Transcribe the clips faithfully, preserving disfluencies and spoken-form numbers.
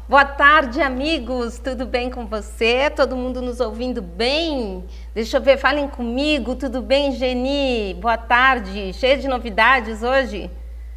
Boa tarde, amigos. Tudo bem com você? Todo mundo nos ouvindo bem? Deixa eu ver, falem comigo. Tudo bem, Geni? Boa tarde. Cheia de novidades hoje?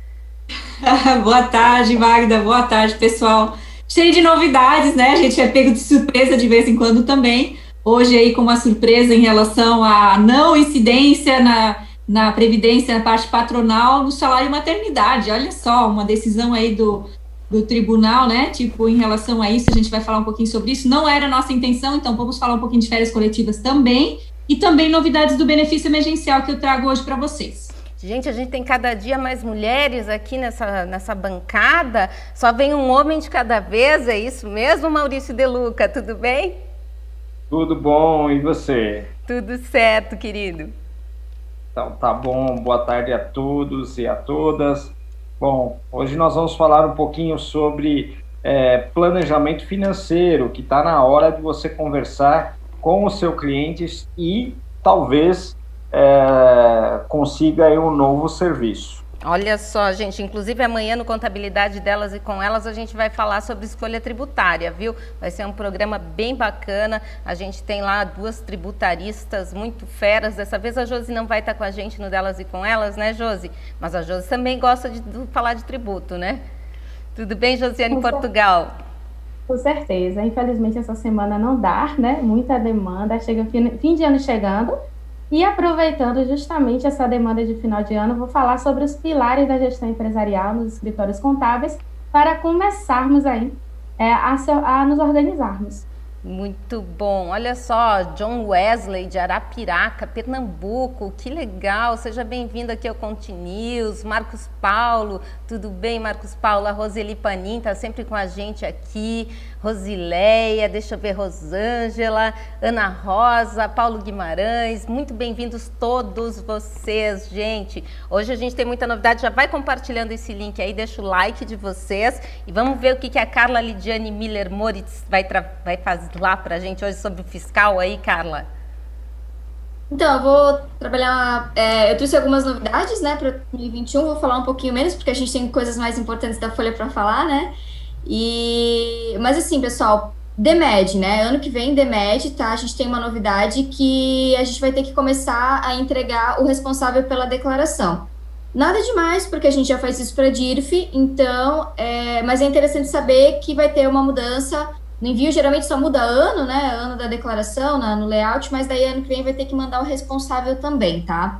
Boa tarde, Magda. Boa tarde, pessoal. Cheio de novidades, né? A gente é pego de surpresa de vez em quando também. Hoje aí com uma surpresa em relação à não incidência na, na previdência, na parte patronal, no salário maternidade. Olha só, uma decisão aí do, do tribunal, né? Tipo, em relação a isso, a gente vai falar um pouquinho sobre isso. Não era a nossa intenção, então vamos falar um pouquinho de férias coletivas também. E também novidades do benefício emergencial que eu trago hoje para vocês. Gente, a gente tem cada dia mais mulheres aqui nessa, nessa bancada, só vem um homem de cada vez, é isso mesmo, Maurício De Luca, tudo bem? Tudo bom, e você? Tudo certo, querido. Então, tá bom, boa tarde a todos e a todas. Bom, hoje nós vamos falar um pouquinho sobre é, planejamento financeiro, que está na hora de você conversar com os seus clientes e talvez É, consiga aí um novo serviço. Olha só, gente, inclusive amanhã no Contabilidade Delas e Com Elas a gente vai falar sobre escolha tributária, viu? Vai ser um programa bem bacana, a gente tem lá duas tributaristas muito feras, dessa vez a Josi não vai estar com a gente no Delas e Com Elas, né, Josi? Mas a Josi também gosta de, de falar de tributo, né? Tudo bem, Josiane, em Portugal? Com certeza, infelizmente essa semana não dá, né? Muita demanda, chega fim, fim de ano chegando. E aproveitando justamente essa demanda de final de ano, vou falar sobre os pilares da gestão empresarial nos escritórios contábeis para começarmos aí é, a, a nos organizarmos. Muito bom. Olha só, John Wesley de Arapiraca, Pernambuco, que legal. Seja bem-vindo aqui ao Conte News. Marcos Paulo, tudo bem, Marcos Paulo? A Roseli Panin está sempre com a gente aqui. Rosileia, deixa eu ver, Rosângela, Ana Rosa, Paulo Guimarães, muito bem-vindos todos vocês, gente. Hoje a gente tem muita novidade, já vai compartilhando esse link aí, deixa o like de vocês e vamos ver o que, que a Carla Lidiane Miller Moritz vai, vai fazer lá pra gente hoje sobre o fiscal aí, Carla. Então, eu vou trabalhar, é, eu trouxe algumas novidades, né, para dois mil e vinte e um, vou falar um pouquinho menos, porque a gente tem coisas mais importantes da Folha para falar, né. E, mas assim, pessoal, D M E D, né? Ano que vem, D M E D, tá? A gente tem uma novidade que a gente vai ter que começar a entregar o responsável pela declaração. Nada demais, porque a gente já faz isso para a D I R F, então, é, mas é interessante saber que vai ter uma mudança. No envio, geralmente só muda ano, né? Ano da declaração, no layout, mas daí ano que vem vai ter que mandar o responsável também, tá?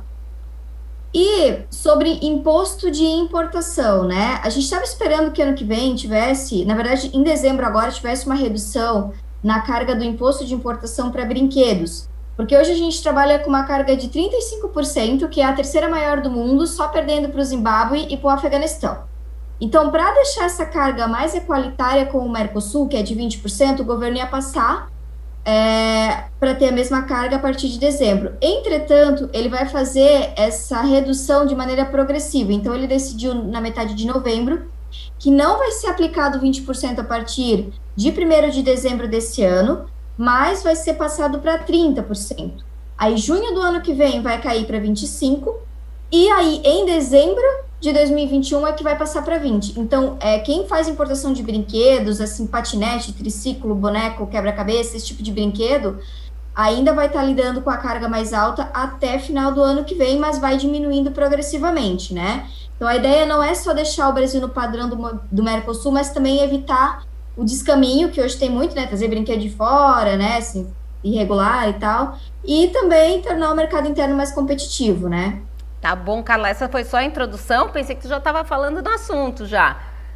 E sobre imposto de importação, né? A gente estava esperando que ano que vem tivesse, na verdade, em dezembro agora, tivesse uma redução na carga do imposto de importação para brinquedos. Porque hoje a gente trabalha com uma carga de trinta e cinco por cento, que é a terceira maior do mundo, só perdendo para o Zimbábue e para o Afeganistão. Então, para deixar essa carga mais equalitária com o Mercosul, que é de vinte por cento, o governo ia passar É, para ter a mesma carga a partir de dezembro. Entretanto, ele vai fazer essa redução de maneira progressiva. Então, ele decidiu na metade de novembro que não vai ser aplicado vinte por cento a partir de primeiro de dezembro desse ano, mas vai ser passado para trinta por cento. Aí, junho do ano que vem vai cair para vinte e cinco por cento, e aí, em dezembro de dois mil e vinte e um é que vai passar para vinte por cento. Então, é, quem faz importação de brinquedos, assim, patinete, triciclo, boneco, quebra-cabeça, esse tipo de brinquedo, ainda vai estar lidando com a carga mais alta até final do ano que vem, mas vai diminuindo progressivamente, né? Então, a ideia não é só deixar o Brasil no padrão do, do Mercosul, mas também evitar o descaminho, que hoje tem muito, né? Trazer brinquedo de fora, né? Assim, irregular e tal. E também tornar o mercado interno mais competitivo, né? Tá bom, Carla, essa foi só a introdução, pensei que tu já estava falando do assunto já.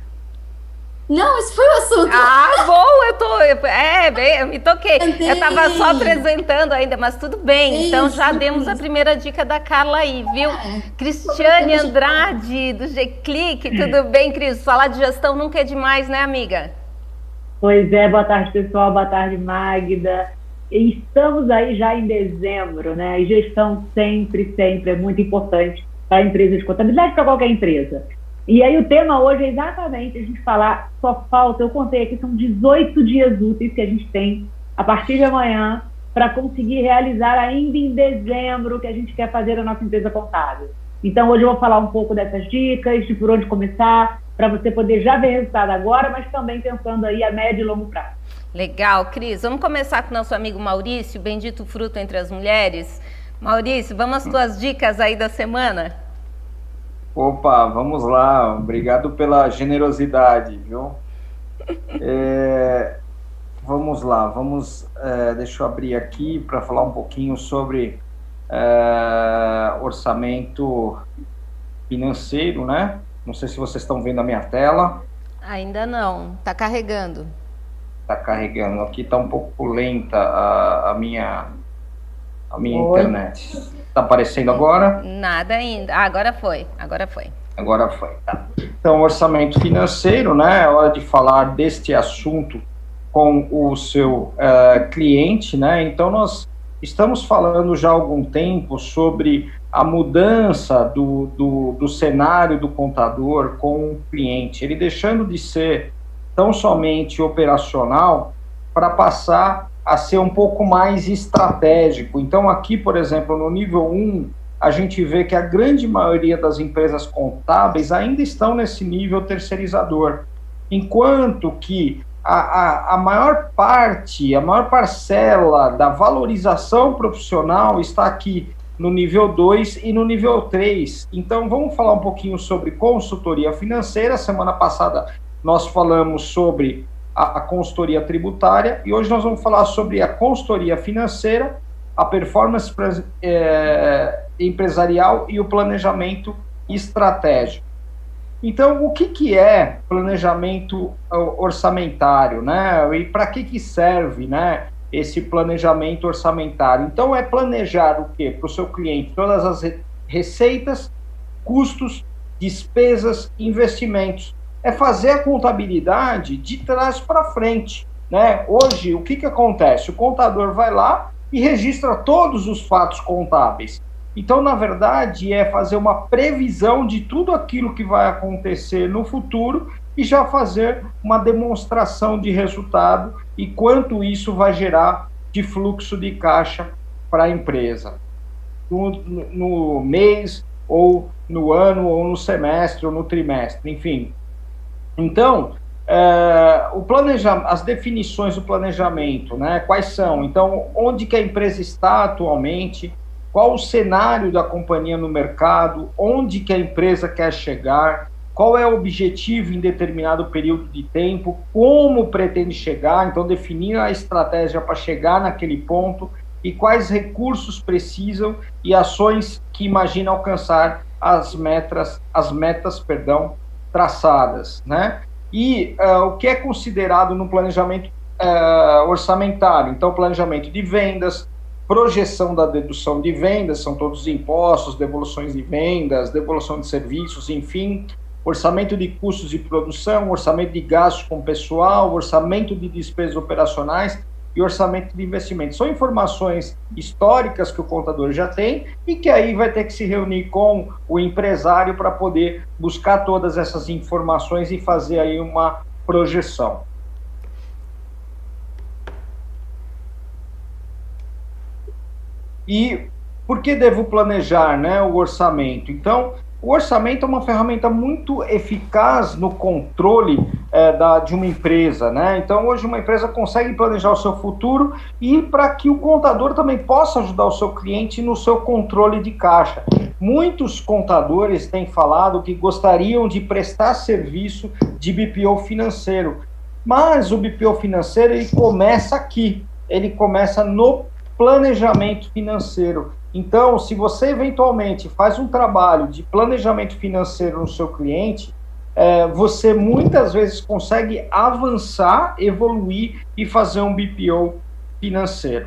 Não, esse foi o assunto. Ah, bom, eu tô, é, bem, eu me toquei. Entendi. Eu tava só apresentando ainda, mas tudo bem, isso, então já demos isso. A primeira dica da Carla aí, viu? É. Cristiane Andrade, do G-Click, tudo bem, Cris? Falar de gestão nunca é demais, né, amiga? Pois é, boa tarde, pessoal, boa tarde, Magda. Estamos aí já em dezembro, né? E gestão sempre, sempre é muito importante para a empresa de contabilidade, para qualquer empresa. E aí o tema hoje é exatamente a gente falar, só falta, eu contei aqui, são dezoito dias úteis que a gente tem a partir de amanhã para conseguir realizar ainda em dezembro o que a gente quer fazer na nossa empresa contábil. Então hoje eu vou falar um pouco dessas dicas, de por onde começar, para você poder já ver resultado agora, mas também pensando aí a médio e longo prazo. Legal, Cris. Vamos começar com o nosso amigo Maurício, bendito fruto entre as mulheres. Maurício, vamos às tuas dicas aí da semana? Opa, vamos lá. Obrigado pela generosidade, viu? É, vamos lá, vamos... É, deixa eu abrir aqui para falar um pouquinho sobre é, orçamento financeiro, né? Não sei se vocês estão vendo a minha tela. Ainda não, tá carregando. Tá carregando. Aqui tá um pouco lenta a, a minha, a minha Oi. internet. Tá aparecendo agora? Nada ainda. Ah, agora foi, agora foi. Agora foi, tá. Então, orçamento financeiro, né? É hora de falar deste assunto com o seu uh, cliente, né? Então, nós estamos falando já há algum tempo sobre a mudança do, do, do cenário do contador com o cliente, ele deixando de ser tão somente operacional para passar a ser um pouco mais estratégico. Então, aqui, por exemplo, no nível um, a gente vê que a grande maioria das empresas contábeis ainda estão nesse nível terceirizador, enquanto que a, a, a maior parte, a maior parcela da valorização profissional está aqui no nível dois e no nível três. Então, vamos falar um pouquinho sobre consultoria financeira. Semana passada nós falamos sobre a, a consultoria tributária e hoje nós vamos falar sobre a consultoria financeira, a performance é, empresarial e o planejamento estratégico. Então, o que, que é planejamento orçamentário, né? E para que, que serve, né, esse planejamento orçamentário? Então, é planejar o quê? Para o seu cliente, todas as receitas, custos, despesas, investimentos. É fazer a contabilidade de trás para frente, né? Hoje, o que, que acontece? O contador vai lá e registra todos os fatos contábeis. Então, na verdade, é fazer uma previsão de tudo aquilo que vai acontecer no futuro e já fazer uma demonstração de resultado e quanto isso vai gerar de fluxo de caixa para a empresa. No, no mês, ou no ano, ou no semestre, ou no trimestre, enfim. Então, é, o planejamento, as definições do planejamento, né, quais são? Então, onde que a empresa está atualmente? Qual o cenário da companhia no mercado, onde que a empresa quer chegar, qual é o objetivo em determinado período de tempo, como pretende chegar, então definir a estratégia para chegar naquele ponto e quais recursos precisam e ações que imagina alcançar as metas, as metas, perdão, traçadas, né? E uh, o que é considerado no planejamento uh, orçamentário? Então, planejamento de vendas, projeção da dedução de vendas, são todos os impostos, devoluções de vendas, devolução de serviços, enfim, orçamento de custos de produção, orçamento de gastos com pessoal, orçamento de despesas operacionais e orçamento de investimento. São informações históricas que o contador já tem e que aí vai ter que se reunir com o empresário para poder buscar todas essas informações e fazer aí uma projeção. E por que devo planejar, né, o orçamento? Então, o orçamento é uma ferramenta muito eficaz no controle é, da, de uma empresa, né? Então, hoje uma empresa consegue planejar o seu futuro e para que o contador também possa ajudar o seu cliente no seu controle de caixa. Muitos contadores têm falado que gostariam de prestar serviço de B P O financeiro, mas o B P O financeiro ele começa aqui, ele começa no planejamento financeiro. Então, se você eventualmente faz um trabalho de planejamento financeiro no seu cliente, é, você muitas vezes consegue avançar, evoluir e fazer um B P O financeiro.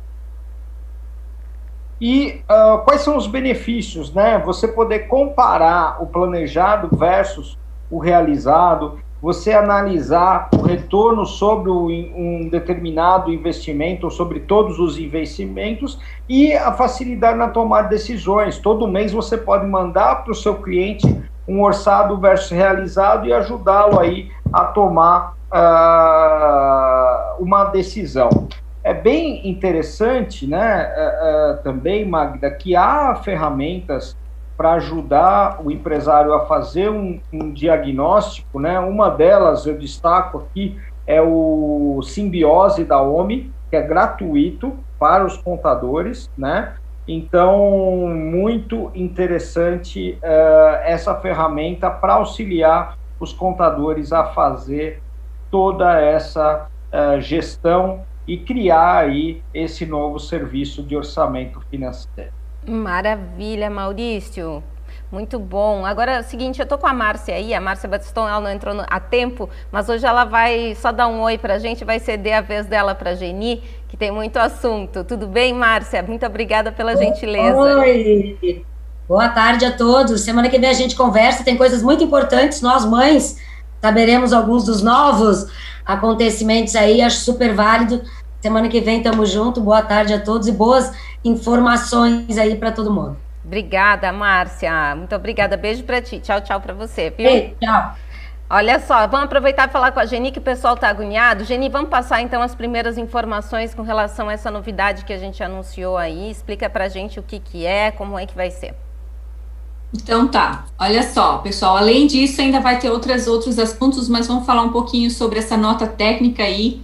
E uh, quais são os benefícios, né? Você poder comparar o planejado versus o realizado, você analisar o retorno sobre um determinado investimento, ou sobre todos os investimentos, e a facilidade na tomada de decisões. Todo mês você pode mandar para o seu cliente um orçado versus realizado e ajudá-lo aí a tomar uh, uma decisão. É bem interessante, né, uh, uh, também, Magda, que há ferramentas para ajudar o empresário a fazer um, um diagnóstico, né? Uma delas, eu destaco aqui, é o Simbiose da O M I, que é gratuito para os contadores, né? Então, muito interessante uh, essa ferramenta para auxiliar os contadores a fazer toda essa uh, gestão e criar aí esse novo serviço de orçamento financeiro. Maravilha, Maurício. Muito bom. Agora é o seguinte, eu tô com a Márcia aí, a Márcia Batiston, ela não entrou no, a tempo, mas hoje ela vai só dar um oi pra gente, vai ceder a vez dela pra Geni, que tem muito assunto. Tudo bem, Márcia? Muito obrigada pela gentileza. Oi! Boa tarde a todos. Semana que vem a gente conversa, tem coisas muito importantes, nós mães saberemos alguns dos novos acontecimentos aí, acho super válido. Semana que vem tamo junto, boa tarde a todos e boas informações aí para todo mundo. Obrigada, Márcia. Muito obrigada. Beijo para ti. Tchau, tchau para você, viu? Ei, tchau. Olha só, vamos aproveitar e falar com a Geni, que o pessoal está agoniado. Geni, vamos passar então as primeiras informações com relação a essa novidade que a gente anunciou aí. Explica para a gente o que, que é, como é que vai ser. Então tá, olha só, pessoal, além disso ainda vai ter outras, outros assuntos, mas vamos falar um pouquinho sobre essa nota técnica aí.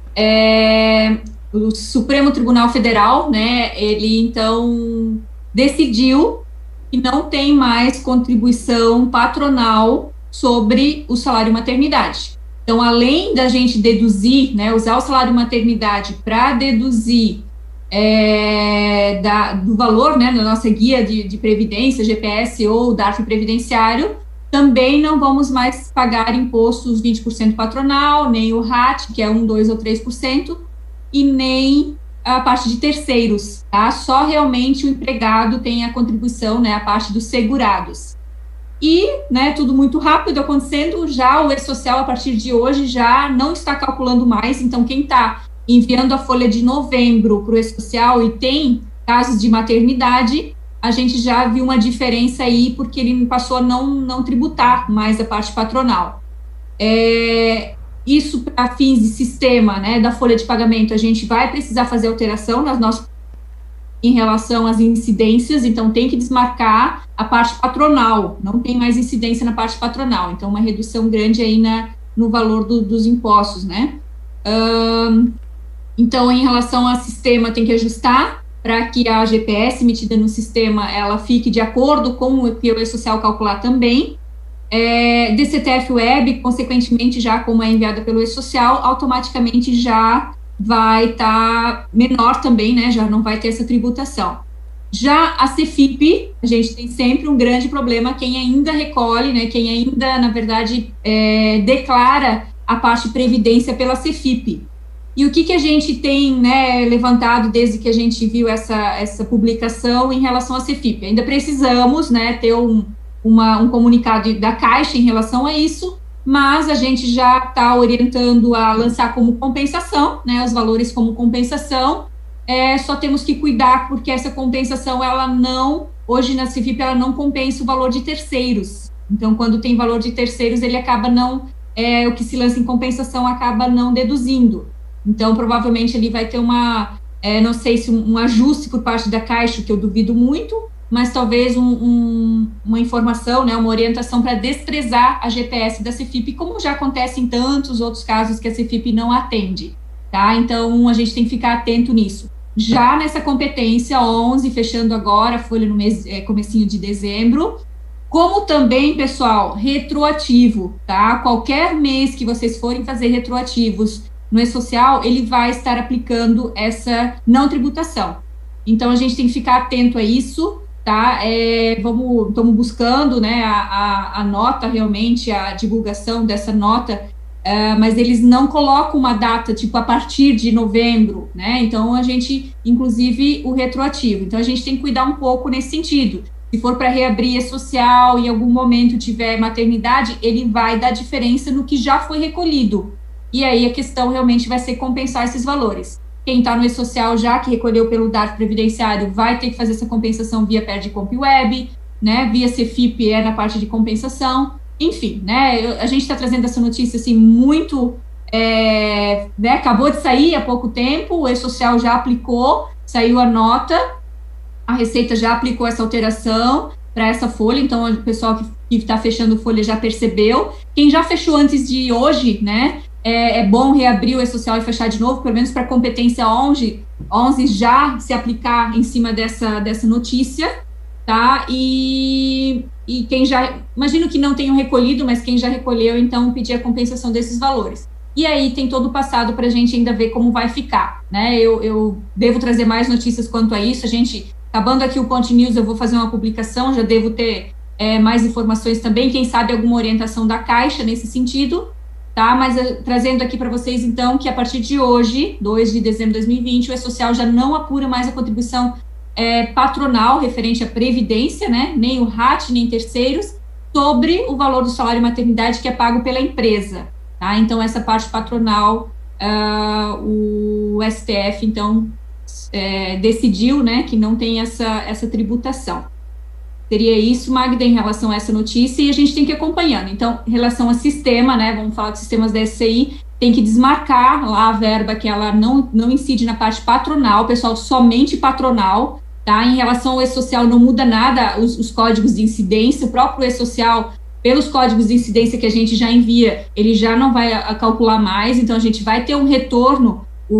É, o Supremo Tribunal Federal, né, ele então decidiu que não tem mais contribuição patronal sobre o salário maternidade. Então, além da gente deduzir, né, usar o salário maternidade para deduzir é, da, do valor, né, da nossa guia de, de previdência, G P S ou D A R F previdenciário, também não vamos mais pagar impostos vinte por cento patronal, nem o R A T, que é um, dois ou três por cento, e nem a parte de terceiros, tá? Só realmente o empregado tem a contribuição, né, a parte dos segurados. E, né, tudo muito rápido acontecendo, já o E-Social, a partir de hoje, já não está calculando mais, então quem está enviando a folha de novembro para o E-Social e tem casos de maternidade, a gente já viu uma diferença aí, porque ele passou a não, não tributar mais a parte patronal. É, isso para fins de sistema, né, da folha de pagamento, a gente vai precisar fazer alteração nas nossas em relação às incidências, então tem que desmarcar a parte patronal, não tem mais incidência na parte patronal, então uma redução grande aí na, no valor do, dos impostos, né. Um, então, em relação ao sistema, tem que ajustar para que a G P S emitida no sistema, ela fique de acordo com o que o E-Social calcular também. É, D C T F Web, consequentemente, já como é enviada pelo E-Social, automaticamente já vai estar tá menor também, né, já não vai ter essa tributação. Já a CEFIP, a gente tem sempre um grande problema, quem ainda recolhe, né, quem ainda, na verdade, é, declara a parte previdência pela CEFIP. E o que, que a gente tem, né, levantado desde que a gente viu essa, essa publicação em relação à CEFIP? Ainda precisamos, né, ter um, uma, um comunicado da Caixa em relação a isso, mas a gente já está orientando a lançar como compensação, né, os valores como compensação, é, só temos que cuidar porque essa compensação, ela não, hoje na CEFIP, ela não compensa o valor de terceiros. Então, quando tem valor de terceiros, ele acaba não, é, o que se lança em compensação acaba não deduzindo. Então, provavelmente, ele vai ter uma, é, não sei se um, um ajuste por parte da Caixa, que eu duvido muito, mas talvez um, um, uma informação, né, uma orientação para desprezar a G P S da CEFIP, como já acontece em tantos outros casos que a CEFIP não atende, tá? Então, a gente tem que ficar atento nisso. Já nessa competência onze, fechando agora, a folha no mês, é, comecinho de dezembro, como também, pessoal, retroativo, tá? Qualquer mês que vocês forem fazer retroativos no E-Social, ele vai estar aplicando essa não tributação. Então, a gente tem que ficar atento a isso, tá? É, vamos, estamos buscando, né, a, a, a nota, realmente, a divulgação dessa nota, uh, mas eles não colocam uma data, tipo, a partir de novembro, né? Então, a gente, inclusive, o retroativo. Então, a gente tem que cuidar um pouco nesse sentido. Se for para reabrir E-Social e em algum momento tiver maternidade, ele vai dar diferença no que já foi recolhido. E aí a questão realmente vai ser compensar esses valores. Quem está no E-Social já, que recolheu pelo D A R F previdenciário, vai ter que fazer essa compensação via Perdicomp Web, né, via CEFIP é na parte de compensação, enfim, né, a gente está trazendo essa notícia, assim, muito, é, né, acabou de sair há pouco tempo, o E-Social já aplicou, saiu a nota, a Receita já aplicou essa alteração, para essa folha, então o pessoal que está fechando folha já percebeu. Quem já fechou antes de hoje, né, é, é bom reabrir o E-Social e fechar de novo, pelo menos para a competência onze, onze já se aplicar em cima dessa, dessa notícia, tá? E, e quem já, imagino que não tenham recolhido, mas quem já recolheu, então pedir a compensação desses valores. E aí tem todo o passado para a gente ainda ver como vai ficar, né? Eu, eu devo trazer mais notícias quanto a isso. A gente, acabando aqui o Ponte News, eu vou fazer uma publicação, já devo ter é, mais informações também, quem sabe alguma orientação da Caixa nesse sentido, tá? Mas uh, trazendo aqui para vocês, então, que a partir de hoje, dois de dezembro de dois mil e vinte, o E-Social já não apura mais a contribuição é, patronal referente à Previdência, né? Nem o R A T, nem terceiros, sobre o valor do salário maternidade que é pago pela empresa. Tá? Então, essa parte patronal, uh, o S T F, então, é, decidiu, né, que não tem essa, essa tributação. Seria isso, Magda, em relação a essa notícia, e a gente tem que ir acompanhando. Então, em relação ao sistema, né, vamos falar dos sistemas da S C I, tem que desmarcar lá a verba que ela não, não incide na parte patronal, pessoal, somente patronal, tá? Em relação ao E-Social, não muda nada os, os códigos de incidência, o próprio E-Social, pelos códigos de incidência que a gente já envia, ele já não vai a, a calcular mais, então a gente vai ter um retorno, o,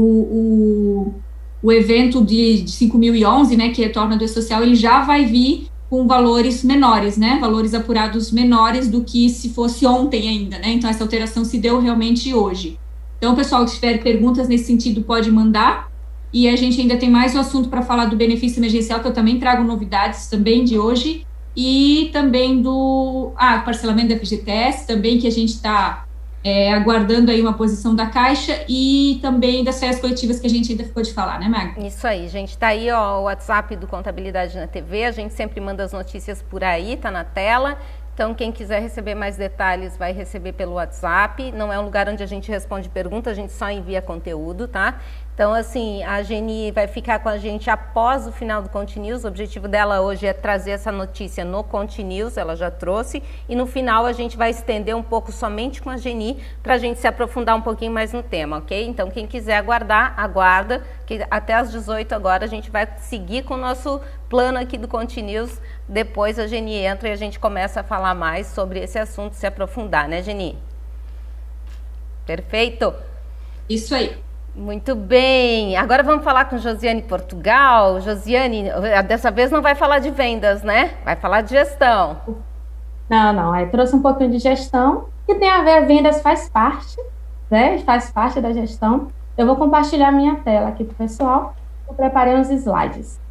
o, o evento de, de cinco mil e onze, né, que retorna do E-Social, ele já vai vir com valores menores, né, valores apurados menores do que se fosse ontem ainda, né, então essa alteração se deu realmente hoje. Então, pessoal, que tiver perguntas nesse sentido, pode mandar, e a gente ainda tem mais um assunto para falar do benefício emergencial, que eu também trago novidades também de hoje, e também do ah, parcelamento da F G T S, também que a gente está é, aguardando aí uma posição da Caixa, e também das férias coletivas que a gente ainda ficou de falar, né, Magda? Isso aí, gente, tá aí ó, o WhatsApp do Contabilidade na T V, a gente sempre manda as notícias por aí, tá na tela. Então, quem quiser receber mais detalhes vai receber pelo WhatsApp. Não é um lugar onde a gente responde perguntas, a gente só envia conteúdo, tá? Então, assim, a Geni vai ficar com a gente após o final do Conte News. O objetivo dela hoje é trazer essa notícia no Conte News, ela já trouxe. E no final a gente vai estender um pouco somente com a Geni, para a gente se aprofundar um pouquinho mais no tema, ok? Então, quem quiser aguardar, aguarda, que até às dezoito agora a gente vai seguir com o nosso plano aqui do Conte News. Depois a Geni entra e a gente começa a falar mais sobre esse assunto, se aprofundar, né, Geni? Perfeito? Isso aí. Muito bem. Agora vamos falar com Josiane Portugal. Josiane, dessa vez não vai falar de vendas, né? Vai falar de gestão. Não, não. Aí trouxe um pouquinho de gestão, que tem a ver, vendas faz parte, né? Faz parte da gestão. Eu vou compartilhar minha tela aqui para o pessoal. Eu preparei uns slides.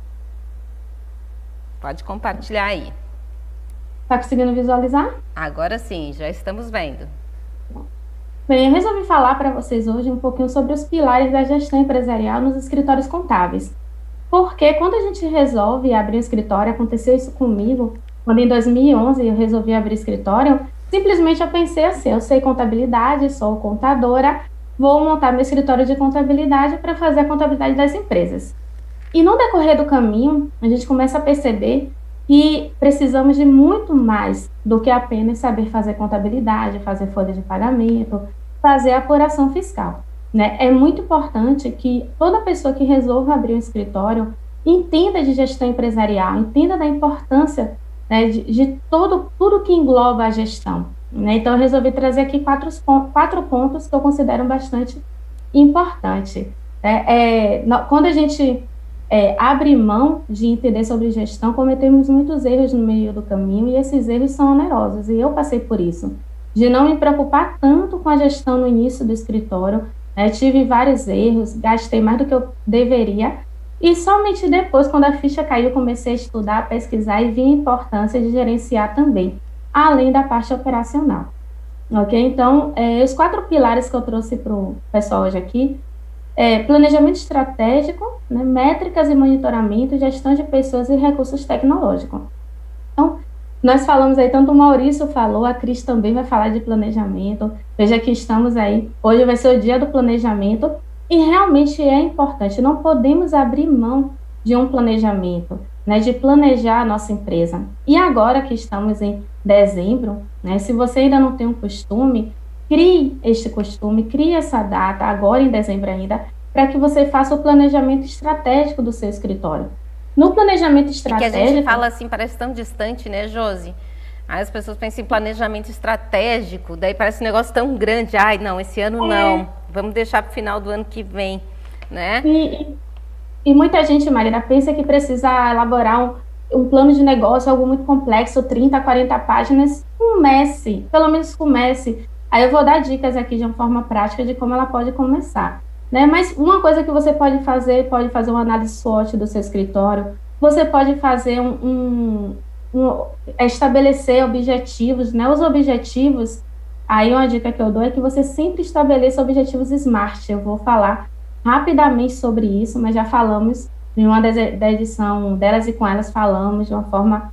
Pode compartilhar aí. Tá conseguindo visualizar? Agora sim, já estamos vendo. Bem, eu resolvi falar para vocês hoje um pouquinho sobre os pilares da gestão empresarial nos escritórios contábeis. Porque quando a gente resolve abrir um escritório, aconteceu isso comigo, quando em dois mil e onze eu resolvi abrir escritório, simplesmente eu pensei assim, eu sei contabilidade, sou contadora, vou montar meu escritório de contabilidade para fazer a contabilidade das empresas. E no decorrer do caminho, a gente começa a perceber que precisamos de muito mais do que apenas saber fazer contabilidade, fazer folha de pagamento, fazer apuração fiscal, né? É muito importante que toda pessoa que resolva abrir um escritório entenda de gestão empresarial, entenda da importância, né, de, de todo, tudo que engloba a gestão, né? Então, eu resolvi trazer aqui quatro, quatro pontos que eu considero bastante importantes. Né? É, quando a gente É, abre mão de entender sobre gestão, cometemos muitos erros no meio do caminho e esses erros são onerosos, e eu passei por isso, de não me preocupar tanto com a gestão no início do escritório, né, tive vários erros, gastei mais do que eu deveria, e somente depois, quando a ficha caiu, comecei a estudar, a pesquisar e vi a importância de gerenciar também, além da parte operacional. Ok? Então, é, os quatro pilares que eu trouxe para o pessoal hoje aqui, É, planejamento estratégico, né, métricas e monitoramento, gestão de pessoas e recursos tecnológicos. Então, nós falamos aí, tanto o Maurício falou, a Cris também vai falar de planejamento, veja que estamos aí, hoje vai ser o dia do planejamento, e realmente é importante, não podemos abrir mão de um planejamento, né, de planejar a nossa empresa. E agora que estamos em dezembro, né, se você ainda não tem um costume, crie este costume, crie essa data, agora em dezembro ainda, para que você faça o planejamento estratégico do seu escritório. No planejamento E que estratégico... a gente fala assim, parece tão distante, né, Josi? Aí as pessoas pensam em planejamento estratégico, daí parece um negócio tão grande. Ai, não, esse ano É. não. Vamos deixar para o final do ano que vem, né? E, e muita gente, Magda, pensa que precisa elaborar um, um plano de negócio, algo muito complexo, trinta, quarenta páginas. Comece, pelo menos comece. Aí eu vou dar dicas aqui de uma forma prática de como ela pode começar, né? Mas uma coisa que você pode fazer, pode fazer uma análise SWOT do seu escritório, você pode fazer um, um, um é estabelecer objetivos, né? Os objetivos, aí uma dica que eu dou é que você sempre estabeleça objetivos SMART. Eu vou falar rapidamente sobre isso, mas já falamos em uma das, da edição delas e com elas falamos de uma forma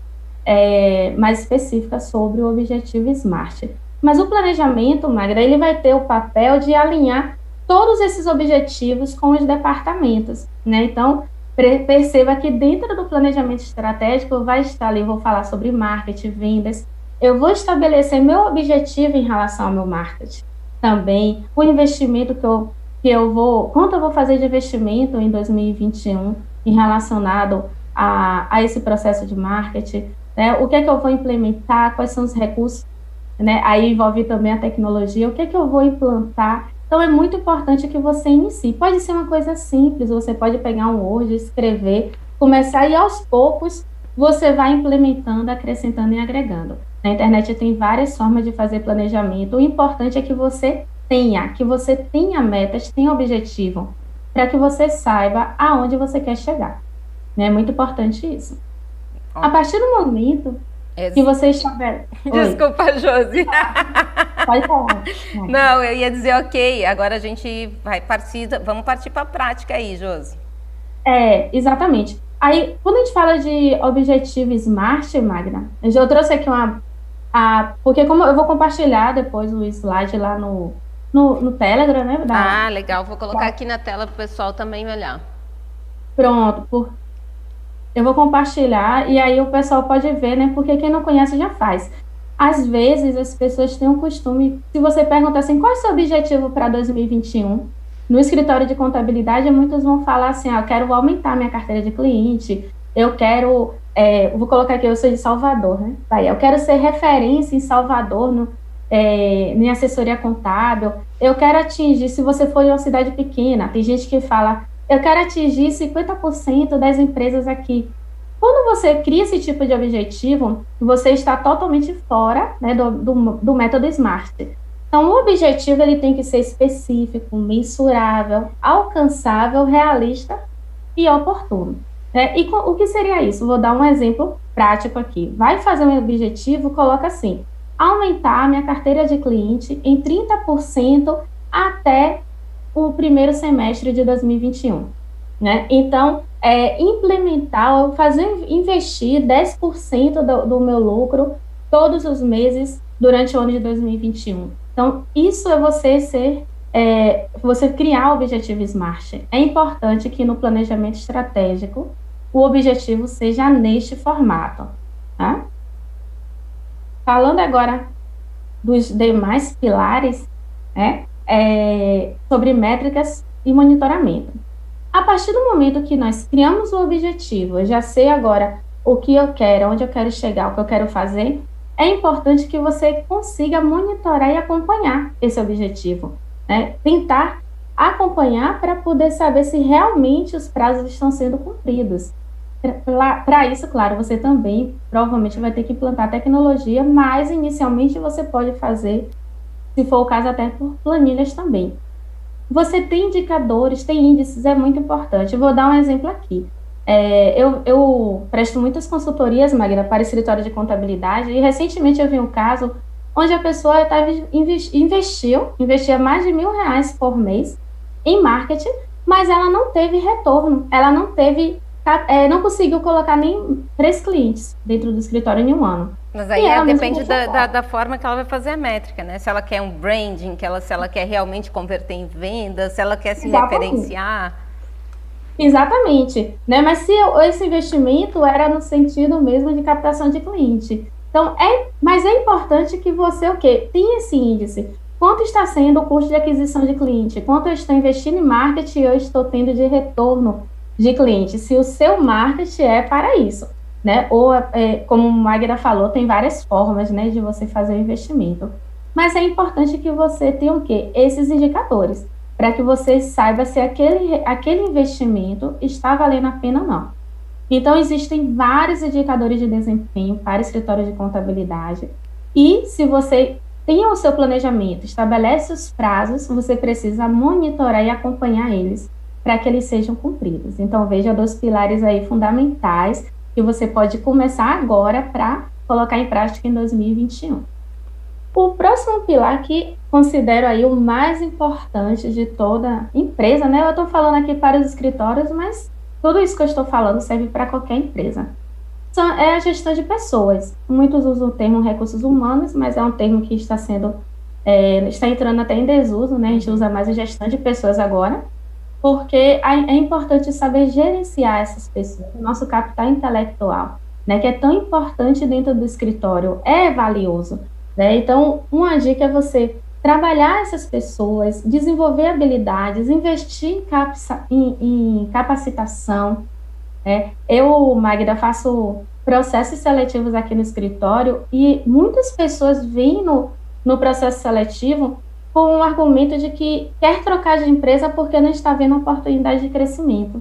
é, mais específica sobre o objetivo SMART. Mas o planejamento, Magda, ele vai ter o papel de alinhar todos esses objetivos com os departamentos, né? Então, perceba que dentro do planejamento estratégico vai estar ali, eu vou falar sobre marketing, vendas, eu vou estabelecer meu objetivo em relação ao meu marketing. Também o investimento que eu, que eu vou, quanto eu vou fazer de investimento em dois mil e vinte e um em relacionado a, a esse processo de marketing, né? O que é que eu vou implementar, quais são os recursos, né? Aí envolve também a tecnologia, o que é que eu vou implantar. Então é muito importante que você inicie. Pode ser uma coisa simples, você pode pegar um Word, escrever, começar e aos poucos você vai implementando, acrescentando e agregando. Na internet tem várias formas de fazer planejamento. O importante é que você tenha, que você tenha metas, tenha objetivo, para que você saiba aonde você quer chegar. É muito importante isso. A partir do momento que você estiver... Desculpa, Josi. Pode falar. Não, eu ia dizer, ok, agora a gente vai partir, vamos partir para a prática aí, Josi. É, exatamente. Aí, quando a gente fala de objetivo SMART, Magda, eu já trouxe aqui uma... A, porque como eu vou compartilhar depois o slide lá no, no, no Telegram, né? Da, ah, legal. Vou colocar aqui na tela para o pessoal também olhar. Pronto. Por, eu vou compartilhar e aí o pessoal pode ver, né? Porque quem não conhece já faz. Às vezes as pessoas têm um costume, se você perguntar assim, qual é o seu objetivo para dois mil e vinte e um? No escritório de contabilidade, muitos vão falar assim, ah, eu quero aumentar minha carteira de cliente, eu quero, é, vou colocar aqui, eu sou de Salvador, né? Bahia. Eu quero ser referência em Salvador, no, é, em assessoria contábil, eu quero atingir, se você for de uma cidade pequena, tem gente que fala, eu quero atingir cinquenta por cento das empresas aqui. Quando você cria esse tipo de objetivo, você está totalmente fora, né, do, do, do método SMART. Então, o objetivo ele tem que ser específico, mensurável, alcançável, realista e oportuno. Né? E o que seria isso? Vou dar um exemplo prático aqui. Vai fazer um objetivo, coloca assim, aumentar a minha carteira de cliente em trinta por cento até o primeiro semestre de dois mil e vinte e um. Né? Então, é, implementar, fazer, investir dez por cento do, do meu lucro todos os meses durante o ano de dois mil e vinte e um. Então, isso é você ser, é, você criar o objetivo SMART. É importante que no planejamento estratégico o objetivo seja neste formato. Tá? Falando agora dos demais pilares, né, é, sobre métricas e monitoramento. A partir do momento que nós criamos o objetivo, eu já sei agora o que eu quero, onde eu quero chegar, o que eu quero fazer, é importante que você consiga monitorar e acompanhar esse objetivo, né? Tentar acompanhar para poder saber se realmente os prazos estão sendo cumpridos. Para isso, claro, você também provavelmente vai ter que implantar tecnologia, mas inicialmente você pode fazer, se for o caso, até por planilhas também. Você tem indicadores, tem índices, é muito importante. Eu vou dar um exemplo aqui. É, eu, eu presto muitas consultorias, Magda, para escritório de contabilidade, e recentemente eu vi um caso onde a pessoa tava, investiu, investia mais de mil reais por mês em marketing, mas ela não teve retorno, ela não teve, é, não conseguiu colocar nem três clientes dentro do escritório em um ano. Mas aí é, depende da, da, da forma que ela vai fazer a métrica, né? Se ela quer um branding, que ela, se ela quer realmente converter em vendas, se ela quer se Exatamente. referenciar. Exatamente, né? Mas se eu, esse investimento era no sentido mesmo de captação de cliente. Então, é, mas é importante que você, o quê? Tenha esse índice. Quanto está sendo o custo de aquisição de cliente? Quanto eu estou investindo em marketing e eu estou tendo de retorno de cliente, se o seu marketing é para isso, né? Ou, é, como a Magda falou, tem várias formas, né, de você fazer o investimento. Mas é importante que você tenha o quê? Esses indicadores, para que você saiba se aquele, aquele investimento está valendo a pena ou não. Então, existem vários indicadores de desempenho para escritório de contabilidade. E se você tem o seu planejamento, estabelece os prazos, você precisa monitorar e acompanhar eles para que eles sejam cumpridos. Então, veja dois pilares aí fundamentais que você pode começar agora para colocar em prática em dois mil e vinte e um. O próximo pilar que considero aí o mais importante de toda empresa, né? Eu estou falando aqui para os escritórios, mas tudo isso que eu estou falando serve para qualquer empresa. É a gestão de pessoas. Muitos usam o termo recursos humanos, mas é um termo que está sendo, é, está entrando até em desuso, né? A gente usa mais a gestão de pessoas agora, porque é importante saber gerenciar essas pessoas, o nosso capital intelectual, né? Que é tão importante dentro do escritório, é valioso, né? Então, uma dica é você trabalhar essas pessoas, desenvolver habilidades, investir em, capsa, em, em capacitação. É, eu, Magda, faço processos seletivos aqui no escritório e muitas pessoas vêm no, no processo seletivo com o argumento de que quer trocar de empresa porque não está vendo oportunidade de crescimento.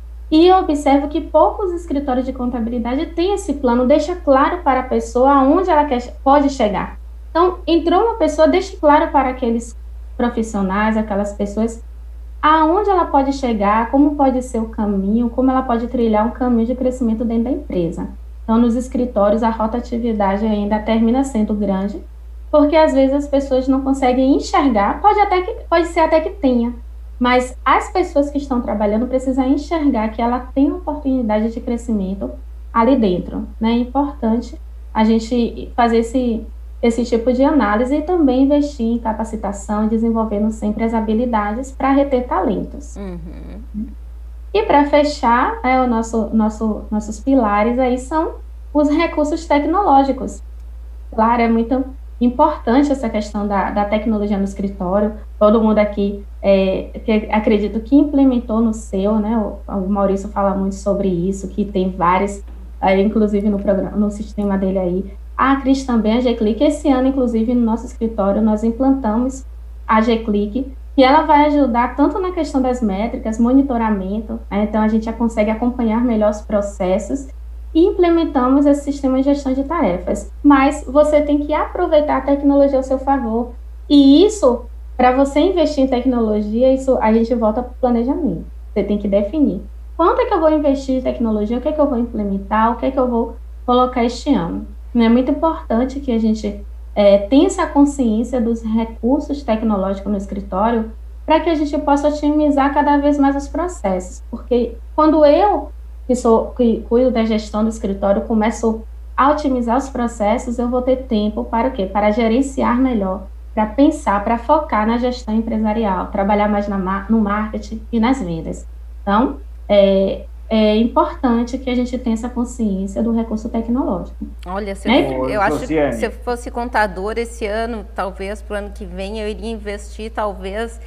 E eu observo que poucos escritórios de contabilidade têm esse plano, deixa claro para a pessoa aonde ela quer, pode chegar. Então, entrou uma pessoa, deixa claro para aqueles profissionais, aquelas pessoas, aonde ela pode chegar, como pode ser o caminho, como ela pode trilhar um caminho de crescimento dentro da empresa. Então, nos escritórios, a rotatividade ainda termina sendo grande, porque às vezes as pessoas não conseguem enxergar, pode, até que, pode ser até que tenha, mas as pessoas que estão trabalhando precisam enxergar que ela tem oportunidade de crescimento ali dentro, né? É importante a gente fazer esse, esse tipo de análise e também investir em capacitação e desenvolvendo sempre as habilidades para reter talentos. Uhum. E para fechar, é, o nosso, nosso, nossos pilares aí são os recursos tecnológicos. Claro, é muito importante essa questão da, da tecnologia no escritório. Todo mundo aqui, é, que acredito que implementou no seu, né? O, o Maurício fala muito sobre isso, que tem vários, é, inclusive no programa, no sistema dele aí. A Cris também, a G-Click. Esse ano, inclusive, no nosso escritório, nós implantamos a G-Click, e ela vai ajudar tanto na questão das métricas, monitoramento, né? Então a gente já consegue acompanhar melhor os processos, e implementamos esse sistema de gestão de tarefas. Mas você tem que aproveitar a tecnologia ao seu favor. E isso, para você investir em tecnologia, isso a gente volta para o planejamento. Você tem que definir quanto é que eu vou investir em tecnologia, o que é que eu vou implementar, o que é que eu vou colocar este ano. É muito importante que a gente é, tenha essa consciência dos recursos tecnológicos no escritório para que a gente possa otimizar cada vez mais os processos. Porque quando eu que, sou, que cuido da gestão do escritório, começo a otimizar os processos, eu vou ter tempo para o quê? Para gerenciar melhor, para pensar, para focar na gestão empresarial, trabalhar mais na, no marketing e nas vendas. Então, é, é importante que a gente tenha essa consciência do recurso tecnológico. Olha, se eu, é? eu acho que se eu fosse contador esse ano, talvez para o ano que vem, eu iria investir, talvez,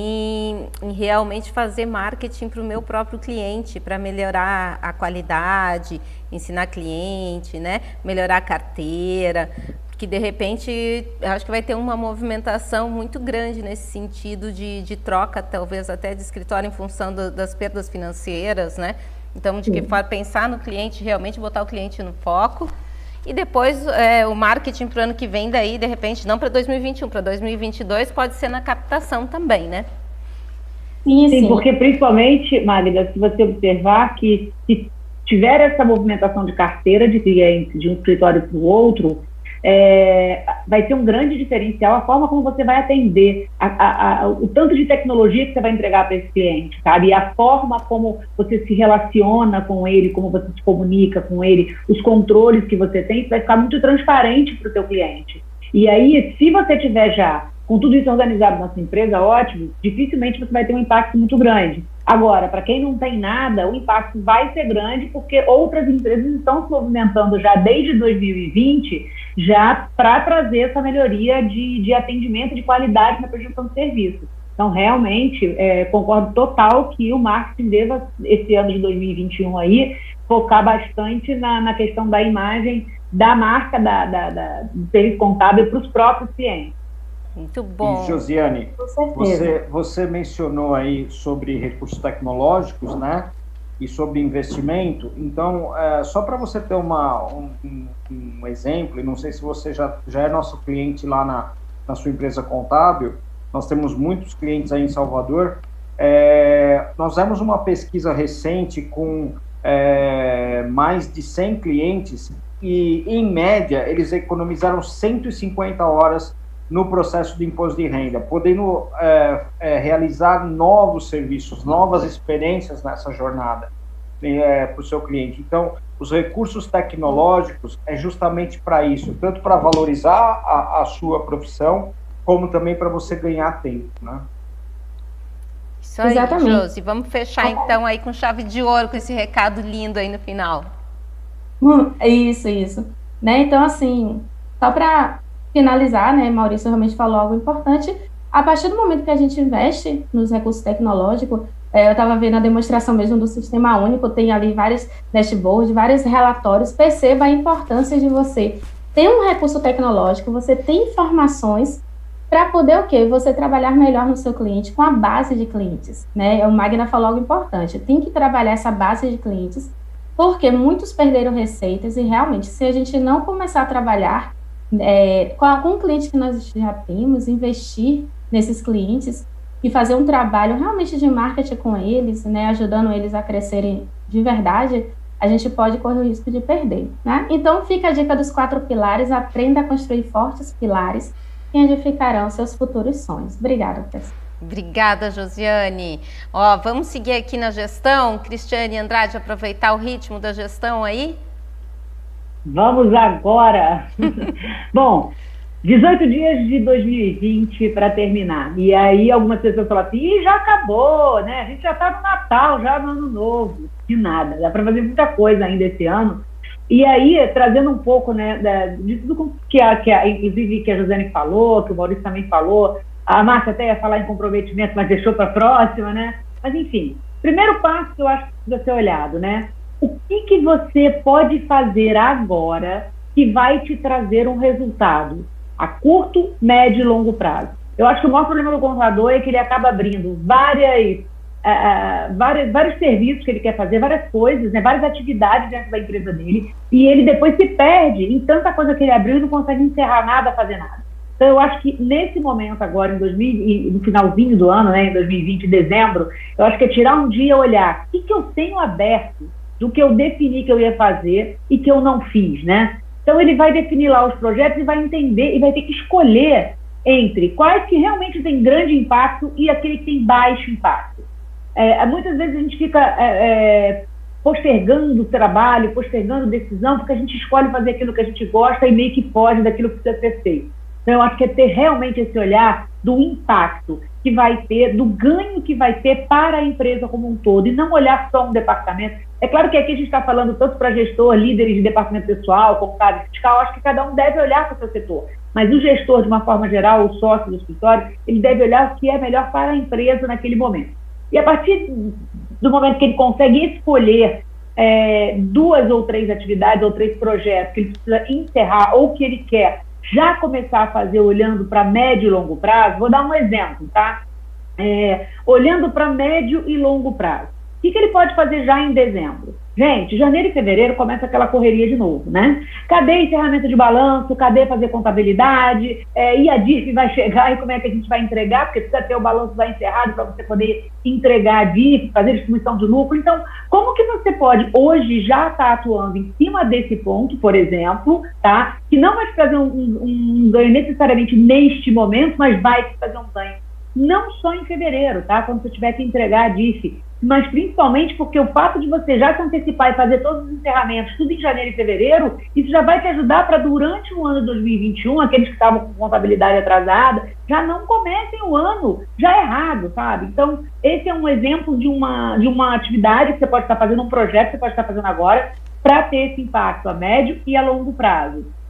Em, em realmente fazer marketing para o meu próprio cliente, para melhorar a qualidade, ensinar cliente, né? Melhorar a carteira, porque de repente eu acho que vai ter uma movimentação muito grande nesse sentido de, de troca, talvez até de escritório em função do, das perdas financeiras, né? Então, de que for pensar no cliente, realmente botar o cliente no foco. E depois é, o marketing para o ano que vem, daí, de repente, não para dois mil e vinte e um, para dois mil e vinte e dois, pode ser na captação também, né? Sim, sim, porque principalmente, Magda, se você observar que se tiver essa movimentação de carteira de clientes de um escritório para o outro, é, vai ter um grande diferencial a forma como você vai atender, a, a, a, o tanto de tecnologia que você vai entregar para esse cliente, sabe? E a forma como você se relaciona com ele, como você se comunica com ele, os controles que você tem, isso vai ficar muito transparente para o seu cliente. E aí, se você tiver já com tudo isso organizado na sua empresa, ótimo, dificilmente você vai ter um impacto muito grande. Agora, para quem não tem nada, o impacto vai ser grande porque outras empresas estão se movimentando já desde dois mil e vinte, já para trazer essa melhoria de, de atendimento, de qualidade na prestação de serviço. Então, realmente, é, concordo total que o marketing deva, esse ano de dois mil e vinte e um aí, focar bastante na, na questão da imagem da marca da, da, da, do serviço contábil para os próprios clientes. Muito bom. E, Josiane, você, você mencionou aí sobre recursos tecnológicos, né? E sobre investimento. Então, é, só para você ter uma, um, um exemplo, e não sei se você já, já é nosso cliente lá na, na sua empresa contábil, nós temos muitos clientes aí em Salvador. É, nós fizemos uma pesquisa recente com é, mais de cem clientes e, em média, eles economizaram cento e cinquenta horas no processo de imposto de renda, podendo é, é, realizar novos serviços, novas experiências nessa jornada é, para o seu cliente. Então, os recursos tecnológicos é justamente para isso, tanto para valorizar a, a sua profissão, como também para você ganhar tempo, né? Isso aí, exatamente. Josi, vamos fechar então aí com chave de ouro, com esse recado lindo aí no final. Hum, isso, isso. Né? Então, assim, só para finalizar, né, Maurício realmente falou algo importante. A partir do momento que a gente investe nos recursos tecnológicos, é, eu estava vendo a demonstração mesmo do Sistema Único, tem ali vários dashboards, vários relatórios, perceba a importância de você ter um recurso tecnológico, você ter informações para poder o quê? Você trabalhar melhor no seu cliente, com a base de clientes, né? O Magna falou algo importante, tem que trabalhar essa base de clientes, porque muitos perderam receitas e realmente, se a gente não começar a trabalhar É, com algum cliente que nós já temos, investir nesses clientes e fazer um trabalho realmente de marketing com eles, né, ajudando eles a crescerem de verdade, a gente pode correr o risco de perder, né? Então fica a dica dos quatro pilares, aprenda a construir fortes pilares que edificarão seus futuros sonhos. Obrigada, pessoal. Obrigada, Josiane. Ó, vamos seguir aqui na gestão, Cristiane Andrade, aproveitar o ritmo da gestão aí? Vamos agora. Bom, dezoito dias de dois mil e vinte para terminar. E aí algumas pessoas falam assim, Ih, já acabou, né? A gente já está no Natal, já no Ano Novo. De nada, dá para fazer muita coisa ainda esse ano. E aí, trazendo um pouco, né, da, de tudo que a, que a, inclusive que a Josiane falou, que o Maurício também falou, a Márcia até ia falar em comprometimento, mas deixou para a próxima, né? Mas enfim, primeiro passo que eu acho que precisa ser olhado, né? O que, que você pode fazer agora que vai te trazer um resultado a curto, médio e longo prazo? Eu acho que o maior problema do contador é que ele acaba abrindo várias, uh, várias, vários serviços que ele quer fazer, várias coisas, né, várias atividades dentro da empresa dele, e ele depois se perde em tanta coisa que ele abriu e não consegue encerrar nada, fazer nada. Então, eu acho que nesse momento agora, em dois mil, no finalzinho do ano, né, em dois mil e vinte, em dezembro, eu acho que é tirar um dia e olhar o que, que eu tenho aberto do que eu defini que eu ia fazer e que eu não fiz, né? Então, ele vai definir lá os projetos e vai entender, e vai ter que escolher entre quais que realmente tem grande impacto e aquele que tem baixo impacto. É, muitas vezes a gente fica é, é, postergando o trabalho, postergando decisão, porque a gente escolhe fazer aquilo que a gente gosta e meio que foge daquilo que precisa ser feito. Então, eu acho que é ter realmente esse olhar do impacto que vai ter, do ganho que vai ter para a empresa como um todo, e não olhar só um departamento. É claro que aqui a gente está falando tanto para gestor, líderes de departamento pessoal, contábil, fiscal, acho que cada um deve olhar para o seu setor. Mas o gestor, de uma forma geral, o sócio do escritório, ele deve olhar o que é melhor para a empresa naquele momento. E a partir do momento que ele consegue escolher é, duas ou três atividades ou três projetos que ele precisa encerrar ou que ele quer já começar a fazer olhando para médio e longo prazo, vou dar um exemplo, tá? É, olhando para médio e longo prazo. O que, que ele pode fazer já em dezembro? Gente, janeiro e fevereiro começa aquela correria de novo, né? Cadê encerramento de balanço? Cadê fazer contabilidade? É, e a D I F vai chegar e como é que a gente vai entregar? Porque precisa ter o balanço lá encerrado para você poder entregar a D I F, fazer distribuição de lucro. Então, como que você pode hoje já estar tá atuando em cima desse ponto, por exemplo, tá? Que não vai te trazer um, um, um ganho necessariamente neste momento, mas vai te trazer um ganho. Não só em fevereiro, tá? Quando você tiver que entregar a D I F, mas principalmente porque o fato de você já se antecipar e fazer todos os encerramentos, tudo em janeiro e fevereiro, isso já vai te ajudar para durante o ano de dois mil e vinte e um, aqueles que estavam com contabilidade atrasada, já não comecem o ano já errado, sabe? Então, esse é um exemplo de uma, de uma atividade que você pode estar fazendo, um projeto que você pode estar fazendo agora, para ter esse impacto a médio e a longo prazo.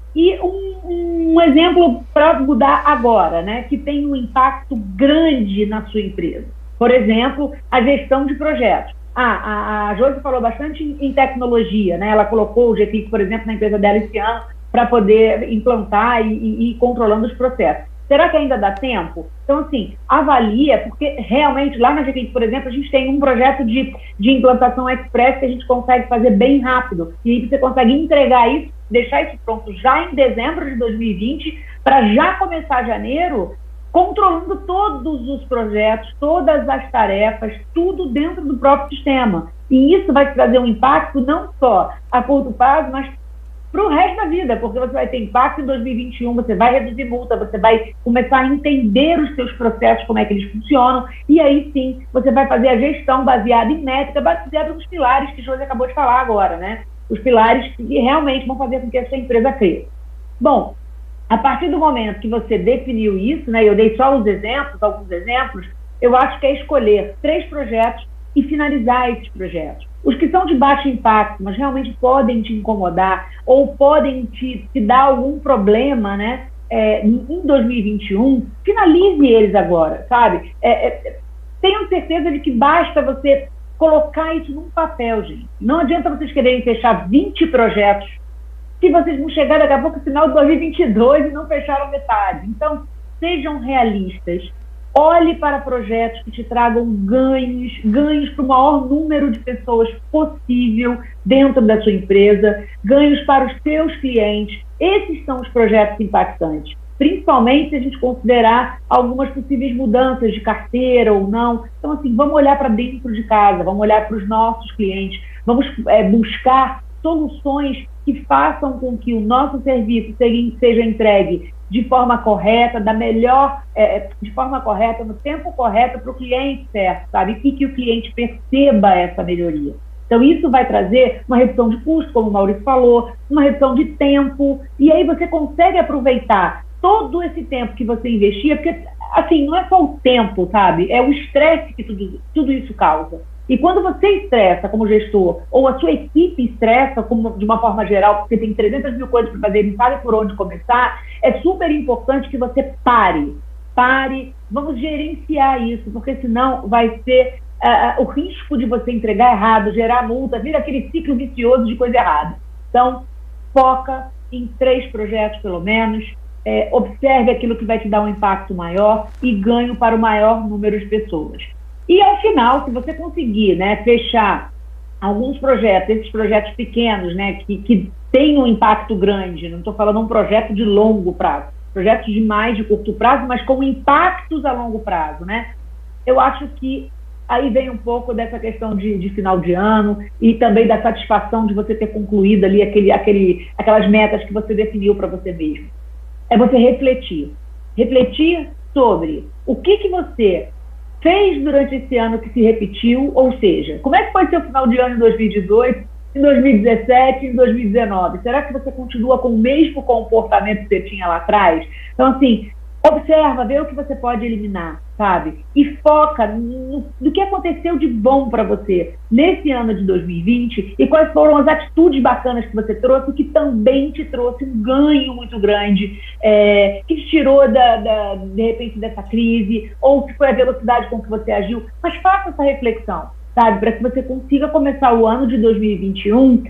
E um, um exemplo para mudar agora, né, que tem um impacto grande na sua empresa. Por exemplo, a gestão de projetos. Ah, a, a Josi falou bastante em, em tecnologia, né? Ela colocou o G P I C, por exemplo, na empresa dela esse ano para poder implantar e, e, e ir controlando os processos. Será que ainda dá tempo? Então, assim, avalia, porque realmente lá na G P I C, por exemplo, a gente tem um projeto de, de implantação express que a gente consegue fazer bem rápido. E aí você consegue entregar isso, deixar isso pronto já em dezembro de dois mil e vinte, para já começar janeiro, controlando todos os projetos, todas as tarefas, tudo dentro do próprio sistema. E isso vai trazer um impacto não só a curto prazo, mas para o resto da vida, porque você vai ter impacto em dois mil e vinte e um, você vai reduzir multa, você vai começar a entender os seus processos, como é que eles funcionam, e aí sim, você vai fazer a gestão baseada em métrica, baseada nos pilares que o Josi acabou de falar agora, né? Os pilares que realmente vão fazer com que a sua empresa cresça. Bom, a partir do momento que você definiu isso, né, eu dei só os exemplos, alguns exemplos, eu acho que é escolher três projetos e finalizar esses projetos. Os que são de baixo impacto, mas realmente podem te incomodar ou podem te, te dar algum problema, né, é, em dois mil e vinte e um, finalize eles agora, sabe? É, é, tenham certeza de que basta você colocar isso num papel, gente. Não adianta vocês quererem fechar vinte projetos se vocês vão chegar daqui a pouco no final de dois mil e vinte e dois e não fecharam metade. Então, sejam realistas. Olhe para projetos que te tragam ganhos, ganhos para o maior número de pessoas possível dentro da sua empresa, ganhos para os seus clientes. Esses são os projetos impactantes, principalmente se a gente considerar algumas possíveis mudanças de carteira ou não. Então, assim, vamos olhar para dentro de casa, vamos olhar para os nossos clientes, vamos é, buscar soluções que façam com que o nosso serviço seja entregue de forma correta, da melhor, é, de forma correta, no tempo correto para o cliente certo, sabe? E que o cliente perceba essa melhoria. Então, isso vai trazer uma redução de custo, como o Maurício falou, uma redução de tempo, e aí você consegue aproveitar todo esse tempo que você investia, porque, assim, não é só o tempo, sabe? É o estresse que tudo, tudo isso causa. E quando você estressa como gestor, ou a sua equipe estressa como, de uma forma geral, porque tem trezentas mil coisas para fazer e não sabe por onde começar, é super importante que você pare. Pare, vamos gerenciar isso, porque senão vai ser uh, o risco de você entregar errado, gerar multa, vira aquele ciclo vicioso de coisa errada. Então, foca em três projetos pelo menos, é, observe aquilo que vai te dar um impacto maior e ganho para o maior número de pessoas. E, ao final, se você conseguir, né, fechar alguns projetos, esses projetos pequenos, né, que, que têm um impacto grande, não estou falando um projeto de longo prazo, projetos de mais de curto prazo, mas com impactos a longo prazo, né? Eu acho que aí vem um pouco dessa questão de, de final de ano e também da satisfação de você ter concluído ali aquele, aquele, aquelas metas que você definiu para você mesmo. É você refletir. Refletir sobre o que, que você fez durante esse ano que se repetiu, ou seja, como é que foi seu final de ano em dois mil e dezoito, em dois mil e dezessete, em dois mil e dezenove? Será que você continua com o mesmo comportamento que você tinha lá atrás? Então, assim, observa, vê o que você pode eliminar, sabe? E foca no, no que aconteceu de bom para você nesse ano de dois mil e vinte e quais foram as atitudes bacanas que você trouxe que também te trouxe um ganho muito grande, é, que te tirou, da, da, de repente, dessa crise, ou que foi a velocidade com que você agiu. Mas faça essa reflexão, sabe? Para que você consiga começar o ano de dois mil e vinte e um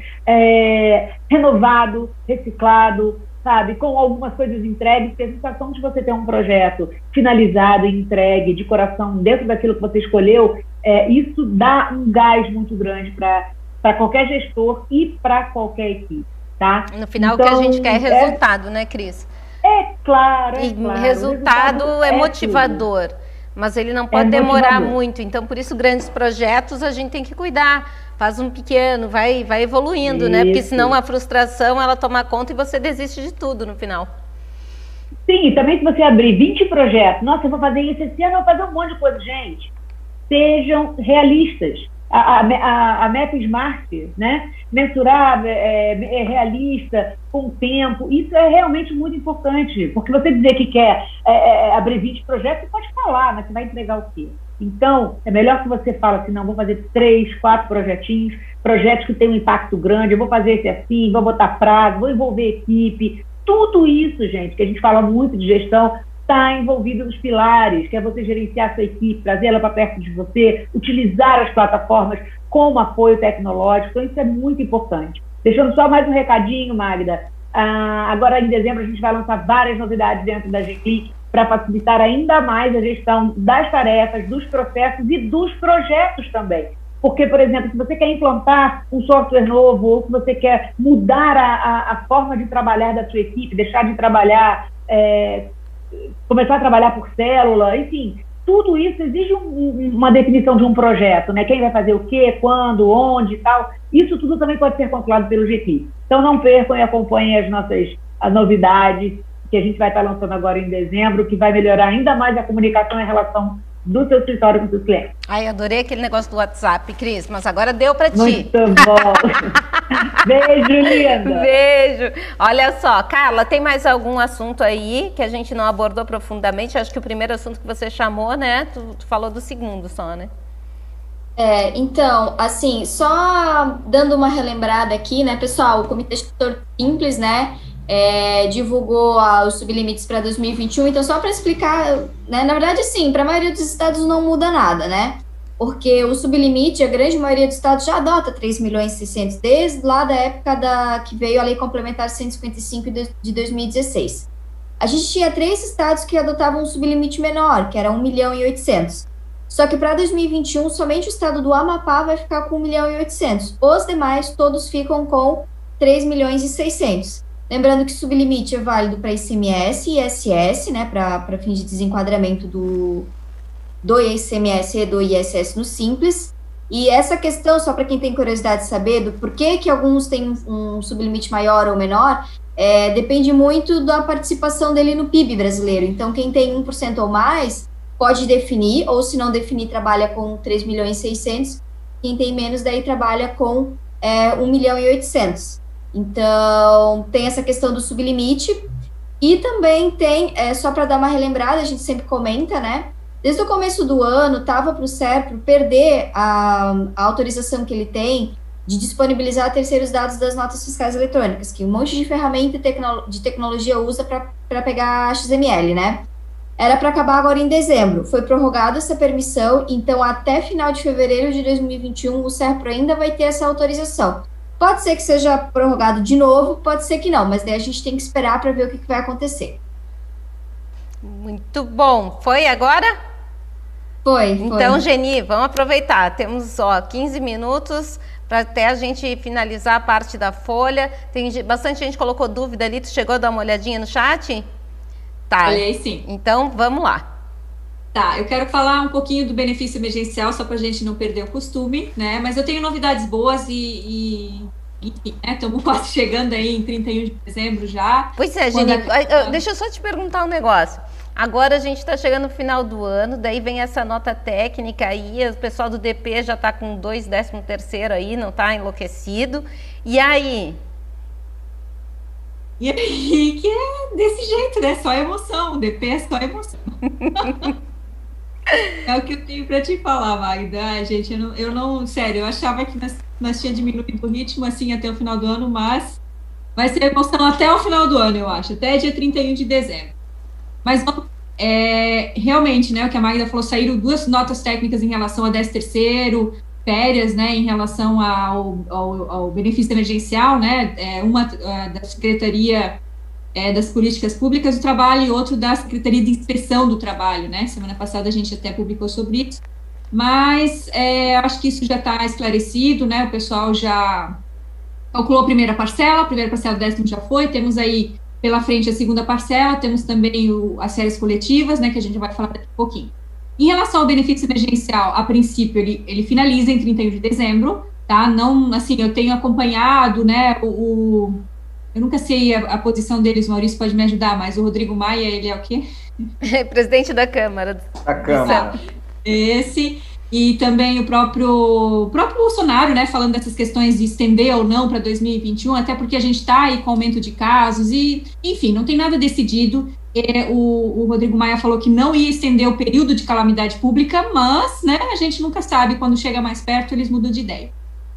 é, renovado, reciclado, sabe, com algumas coisas entregues, porque a sensação de você ter um projeto finalizado e entregue de coração dentro daquilo que você escolheu, é, isso dá um gás muito grande para qualquer gestor e para qualquer equipe, tá? No final, então, o que a gente quer é resultado, é, né, Cris? É claro, é e claro. Resultado, resultado é, é motivador, tudo. Mas ele não pode é demorar motivador. muito, então por isso grandes projetos a gente tem que cuidar. Faz um pequeno, vai, vai evoluindo, isso. né? Porque senão a frustração, ela toma conta e você desiste de tudo no final. Sim, e também se você abrir vinte projetos, nossa, eu vou fazer isso esse ano, eu vou fazer um monte de coisa. Gente, sejam realistas. A, a, a meta SMART, né? Mensurável, é, é realista, com tempo, isso é realmente muito importante, porque você dizer que quer é, é, abrir vinte projetos, você pode falar, mas você vai entregar o quê? Então, é melhor que você fale assim, não, vou fazer três, quatro projetinhos, projetos que têm um impacto grande, eu vou fazer esse assim, vou botar prazo, vou envolver equipe, tudo isso, gente, que a gente fala muito de gestão, está envolvido nos pilares, que é você gerenciar a sua equipe, trazer ela para perto de você, utilizar as plataformas como apoio tecnológico, então isso é muito importante. Deixando só mais um recadinho, Magda, ah, agora em dezembro a gente vai lançar várias novidades dentro da G-Click para facilitar ainda mais a gestão das tarefas, dos processos e dos projetos também. Porque, por exemplo, se você quer implantar um software novo, ou se você quer mudar a, a, a forma de trabalhar da sua equipe, deixar de trabalhar, é, começar a trabalhar por célula, enfim, tudo isso exige um, uma definição de um projeto, né? Quem vai fazer o quê, quando, onde e tal. Isso tudo também pode ser controlado pelo G P. Então não percam e acompanhem as nossas as novidades que a gente vai estar lançando agora em dezembro, que vai melhorar ainda mais a comunicação em relação do seu escritório com os seus clientes. Ai, adorei aquele negócio do WhatsApp, Cris, mas agora deu para ti. Muito bom. Beijo, linda. Beijo. Olha só, Carla, tem mais algum assunto aí que a gente não abordou profundamente? Acho que o primeiro assunto que você chamou, né? Tu, tu falou do segundo só, né? É, então, assim, só dando uma relembrada aqui, né, pessoal, o Comitê Gestor Simples, né, É, divulgou ah, os sublimites para dois mil e vinte e um, então só para explicar, né, na verdade, sim, para a maioria dos estados não muda nada, né, porque o sublimite, a grande maioria dos estados já adota três milhões e seiscentos, desde lá da época da, que veio a Lei Complementar cento e cinquenta e cinco de dois mil e dezesseis. A gente tinha três estados que adotavam um sublimite menor, que era um milhão e oitocentos. Só que para dois mil e vinte e um, somente o estado do Amapá vai ficar com um milhão e oitocentos. Os demais, todos ficam com três milhões e seiscentos. Lembrando que o sublimite é válido para I C M S e I S S, né, para fins de desenquadramento do, do I C M S e do I S S no Simples. E essa questão, só para quem tem curiosidade de saber, do porquê que alguns têm um sublimite maior ou menor, é, depende muito da participação dele no P I B brasileiro. Então, quem tem um por cento ou mais pode definir, ou se não definir, trabalha com três milhões e seiscentos. Quem tem menos, daí trabalha com é, um milhão e oitocentos. Então, tem essa questão do sublimite, e também tem, é, só para dar uma relembrada, a gente sempre comenta, né, desde o começo do ano, estava para o SERPRO perder a, a autorização que ele tem de disponibilizar terceiros dados das notas fiscais eletrônicas, que um monte de ferramenta de tecnologia usa para pegar X M L, né, era para acabar agora em dezembro, foi prorrogada essa permissão, então até final de fevereiro de dois mil e vinte e um, o SERPRO ainda vai ter essa autorização. Pode ser que seja prorrogado de novo, pode ser que não, mas daí a gente tem que esperar para ver o que, que vai acontecer. Muito bom. Foi agora? Foi. Então, foi. Geni, vamos aproveitar. Temos ó, quinze minutos para até a gente finalizar a parte da folha. Tem bastante gente que colocou dúvida ali. Tu chegou a dar uma olhadinha no chat? Tá. Olhei sim. Então, vamos lá. Tá, eu quero falar um pouquinho do benefício emergencial, só para a gente não perder o costume, né? Mas eu tenho novidades boas e, e enfim, né? Estamos quase chegando aí em trinta e um de dezembro já. Pois é, Geni, a... deixa eu só te perguntar um negócio. Agora a gente está chegando no final do ano, daí vem essa nota técnica aí, o pessoal do D P já está com dois décimo terceiro aí, não está enlouquecido. E aí? E aí, que é desse jeito, né? Só emoção, o D P é só emoção. É o que eu tenho para te falar, Magda. Ai, gente, eu não, eu não... Sério, eu achava que nós, nós tínhamos diminuído o ritmo, assim, até o final do ano, mas vai ser emoção até o final do ano, eu acho. Até dia trinta e um de dezembro. Mas, é, realmente, né, o que a Magda falou, saíram duas notas técnicas em relação a décimo terceiro, férias, né, em relação ao, ao, ao benefício emergencial, né, é, uma da Secretaria... É, das Políticas Públicas do Trabalho e outro da Secretaria de Inspeção do Trabalho, né? Semana passada a gente até publicou sobre isso, mas é, acho que isso já está esclarecido, né? O pessoal já calculou a primeira parcela, a primeira parcela do décimo já foi, temos aí pela frente a segunda parcela, temos também o, as férias coletivas, né? Que a gente vai falar daqui a pouquinho. Em relação ao benefício emergencial, a princípio ele, ele finaliza em trinta e um de dezembro, tá? Não, assim, eu tenho acompanhado, né? o, o Eu nunca sei a, a posição deles, Maurício pode me ajudar, mas o Rodrigo Maia, ele é o quê? É presidente da Câmara. Da Câmara. Esse, e também o próprio, o próprio Bolsonaro, né, falando dessas questões de estender ou não para dois mil e vinte e um, até porque a gente está aí com aumento de casos e, enfim, não tem nada decidido. É, o, o Rodrigo Maia falou que não ia estender o período de calamidade pública, mas, né, a gente nunca sabe, quando chega mais perto, eles mudam de ideia.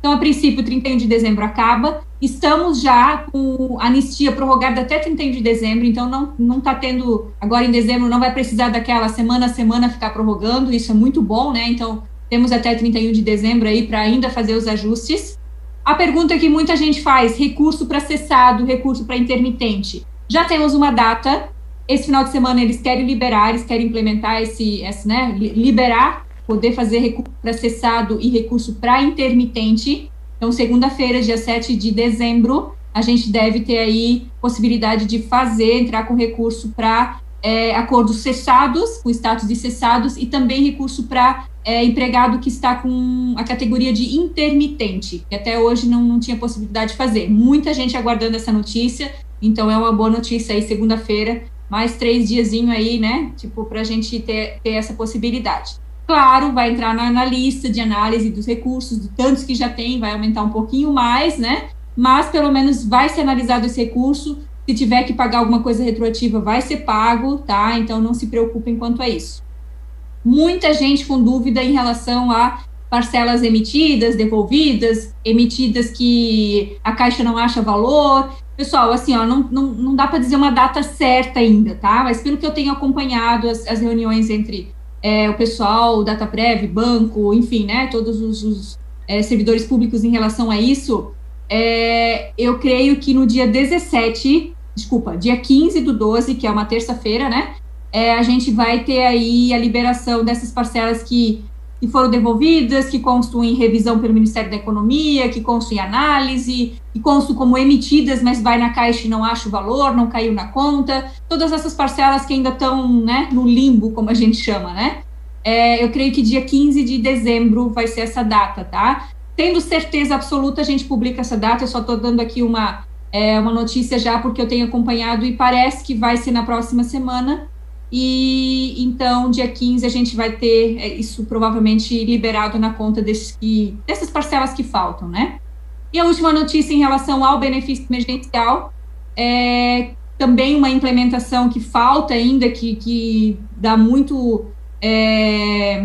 Então, a princípio, trinta e um de dezembro acaba. Estamos já com anistia prorrogada até trinta e um de dezembro, então não não está tendo, agora em dezembro não vai precisar daquela semana a semana ficar prorrogando, isso é muito bom, né? Então, temos até trinta e um de dezembro aí para ainda fazer os ajustes. A pergunta que muita gente faz, recurso para cessado, recurso para intermitente. Já temos uma data, esse final de semana eles querem liberar, eles querem implementar esse, esse né, liberar, poder fazer recurso para cessado e recurso para intermitente. Então, segunda-feira, dia sete de dezembro, a gente deve ter aí possibilidade de fazer, entrar com recurso para é, acordos cessados, com status de cessados, e também recurso para é, empregado que está com a categoria de intermitente, que até hoje não, não tinha possibilidade de fazer. Muita gente aguardando essa notícia, então é uma boa notícia aí, segunda-feira, mais três diazinho aí, né, tipo, para a gente ter, ter essa possibilidade. Claro, vai entrar na, na lista de análise dos recursos, de tantos que já tem, vai aumentar um pouquinho mais, né, mas pelo menos vai ser analisado esse recurso, se tiver que pagar alguma coisa retroativa, vai ser pago, tá, então não se preocupem quanto a isso. Muita gente com dúvida em relação a parcelas emitidas, devolvidas, emitidas que a Caixa não acha valor. Pessoal, assim, ó, não, não, não dá para dizer uma data certa ainda, tá? Mas pelo que eu tenho acompanhado as, as reuniões entre é, o pessoal, o Dataprev, banco, enfim, né, todos os, os é, servidores públicos em relação a isso, é, eu creio que no dia dezessete, desculpa, dia quinze do doze, que é uma terça-feira, né, é, a gente vai ter aí a liberação dessas parcelas que, que foram devolvidas, que constam em revisão pelo Ministério da Economia, que constam em análise, que constam como emitidas, mas vai na Caixa e não acha o valor, não caiu na conta, todas essas parcelas que ainda estão, né, no limbo, como a gente chama, né? É, eu creio que dia quinze de dezembro vai ser essa data, tá? Tendo certeza absoluta, a gente publica essa data, eu só estou dando aqui uma, é, uma notícia já, porque eu tenho acompanhado e parece que vai ser na próxima semana. E então, dia quinze, a gente vai ter isso provavelmente liberado na conta desses que, dessas parcelas que faltam, né? E a última notícia em relação ao benefício emergencial, é também uma implementação que falta ainda, que, que dá muito... É,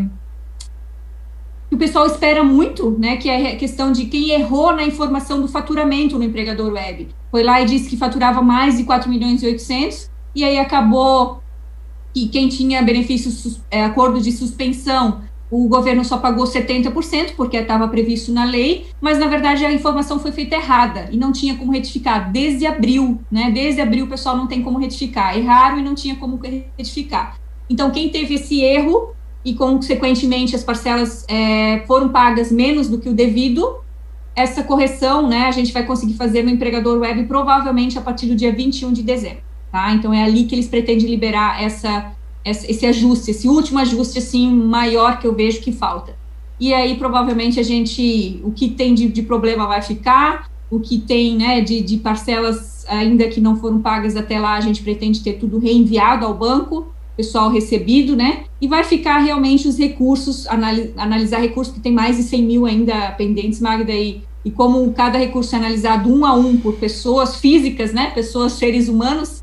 que o pessoal espera muito, né? Que é a questão de quem errou na informação do faturamento no empregador web. Foi lá e disse que faturava mais de quatro milhões e oitocentos, e aí acabou... que quem tinha benefício, é, acordo de suspensão, o governo só pagou setenta por cento, porque estava previsto na lei, mas, na verdade, a informação foi feita errada, e não tinha como retificar, desde abril, né, desde abril o pessoal não tem como retificar, erraram e não tinha como retificar. Então, quem teve esse erro, e, consequentemente, as parcelas é, foram pagas menos do que o devido, essa correção, né, a gente vai conseguir fazer no empregador web, provavelmente, a partir do dia vinte e um de dezembro. Tá? Então, é ali que eles pretendem liberar essa, essa, esse ajuste, esse último ajuste, assim, maior que eu vejo que falta. E aí, provavelmente, a gente, o que tem de, de problema vai ficar, o que tem, né, de, de parcelas ainda que não foram pagas até lá, a gente pretende ter tudo reenviado ao banco, pessoal recebido, né, e vai ficar realmente os recursos, anali analisar recursos, que tem mais de cem mil ainda pendentes, Magda, e, e como cada recurso é analisado um a um por pessoas físicas, né, pessoas, seres humanos,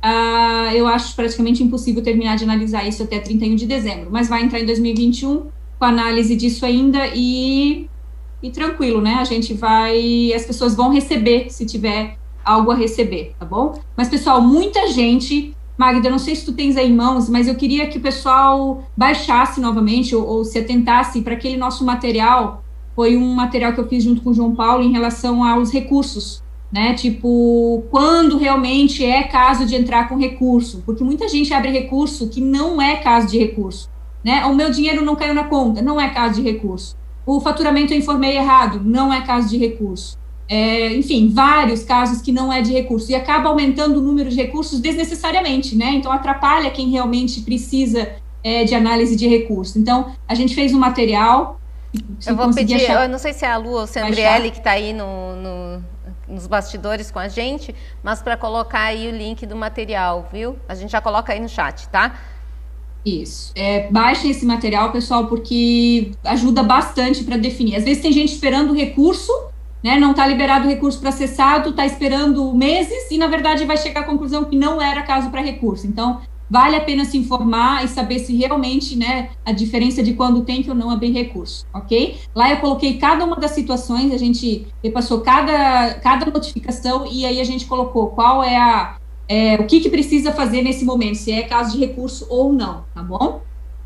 Uh, eu acho praticamente impossível terminar de analisar isso até trinta e um de dezembro, mas vai entrar em dois mil e vinte e um com análise disso ainda e, e tranquilo, né, a gente vai, as pessoas vão receber se tiver algo a receber, tá bom? Mas, pessoal, muita gente, Magda, não sei se tu tens aí em mãos, mas eu queria que o pessoal baixasse novamente ou, ou se atentasse para aquele nosso material, foi um material que eu fiz junto com o João Paulo em relação aos recursos, né, tipo, quando realmente é caso de entrar com recurso, porque muita gente abre recurso que não é caso de recurso, né, o meu dinheiro não caiu na conta, não é caso de recurso, o faturamento eu informei errado, não é caso de recurso, é, enfim, vários casos que não é de recurso, e acaba aumentando o número de recursos desnecessariamente, né, então atrapalha quem realmente precisa é, de análise de recurso. Então, a gente fez um material, eu vou pedir, achar, eu não sei se é a Lu ou se é a Andriele que está aí no... no... nos bastidores com a gente, mas para colocar aí o link do material, viu? A gente já coloca aí no chat, tá? Isso. É, baixem esse material, pessoal, porque ajuda bastante para definir. Às vezes tem gente esperando o recurso, né? Não está liberado o recurso para acessado, está esperando meses e, na verdade, vai chegar à conclusão que não era caso para recurso. Então, vale a pena se informar e saber se realmente, né, a diferença de quando tem que ou não abrir recurso, ok? Lá eu coloquei cada uma das situações, a gente repassou cada, cada notificação e aí a gente colocou qual é a, é, o que que precisa fazer nesse momento, se é caso de recurso ou não, tá bom?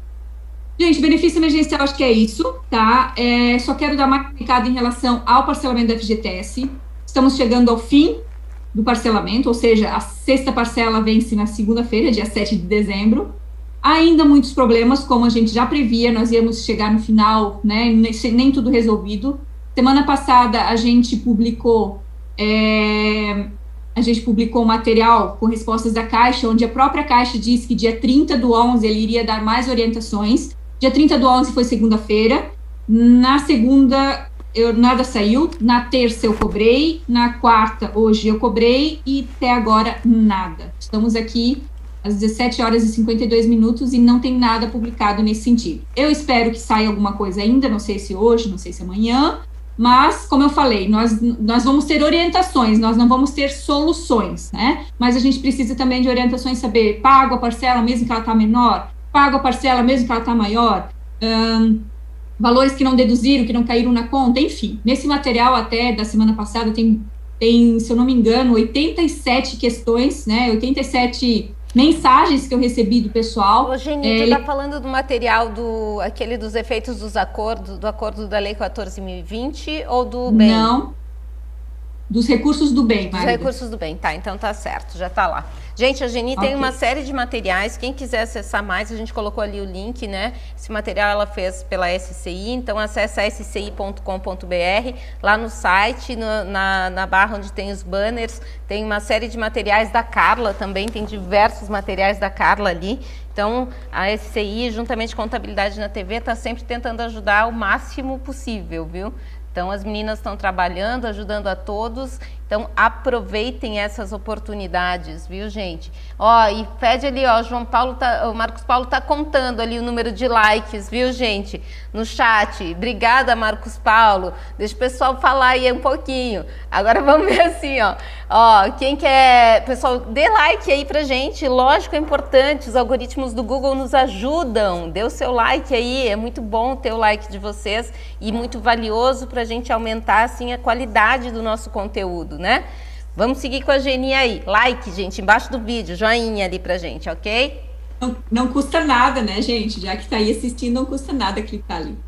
Gente, benefício emergencial, acho que é isso, tá? É, só quero dar uma explicada em relação ao parcelamento do F G T S. Estamos chegando ao fim do parcelamento, ou seja, a sexta parcela vence na segunda-feira, dia sete de dezembro. Ainda muitos problemas, como a gente já previa, nós íamos chegar no final, né, nem, nem tudo resolvido. Semana passada a gente publicou, é, a gente publicou um material com respostas da Caixa, onde a própria Caixa disse que dia trinta do onze ele iria dar mais orientações. Dia trinta do onze foi segunda-feira, na segunda eu, nada saiu, na terça eu cobrei, na quarta, hoje eu cobrei, e até agora nada. Estamos aqui às dezessete horas e cinquenta e dois minutos e não tem nada publicado nesse sentido. Eu espero que saia alguma coisa ainda, não sei se hoje, não sei se amanhã, mas, como eu falei, nós, nós vamos ter orientações, nós não vamos ter soluções, né? Mas a gente precisa também de orientações, saber, pago a parcela mesmo que ela está menor, pago a parcela mesmo que ela está maior, hum, valores que não deduziram, que não caíram na conta, enfim. Nesse material até da semana passada tem, tem, se eu não me engano, oitenta e sete questões, né, oitenta e sete mensagens que eu recebi do pessoal. Ô, Geni, é, tu tá falando do material, do, aquele dos efeitos dos acordos, do acordo da Lei quatorze mil e vinte ou do bem? Não, dos recursos do bem, Dos recursos do bem, tá, então tá certo, já tá lá. Gente, a Geni okay. tem uma série de materiais, quem quiser acessar mais, a gente colocou ali o link, né? Esse material ela fez pela S C I, então acessa s c i ponto com ponto b r, lá no site, no, na, na barra onde tem os banners, tem uma série de materiais da Carla também, tem diversos materiais da Carla ali. Então, a S C I, juntamente com Contabilidade na T V, está sempre tentando ajudar o máximo possível, viu? Então, as meninas estão trabalhando, ajudando a todos. Então, aproveitem essas oportunidades, viu, gente? Ó, e pede ali, ó, João Paulo tá, o Marcos Paulo tá contando ali o número de likes, viu, gente? No chat. Obrigada, Marcos Paulo. Deixa o pessoal falar aí um pouquinho. Agora vamos ver assim, ó. Ó, quem quer... Pessoal, dê like aí pra gente. Lógico, é importante. Os algoritmos do Google nos ajudam. Dê o seu like aí. É muito bom ter o like de vocês e muito valioso pra gente aumentar, assim, a qualidade do nosso conteúdo, né? Vamos seguir com a Geni aí. Like, gente, embaixo do vídeo, joinha ali pra gente, ok? Não, não custa nada, né, gente? Já que tá aí assistindo, não custa nada clicar ali.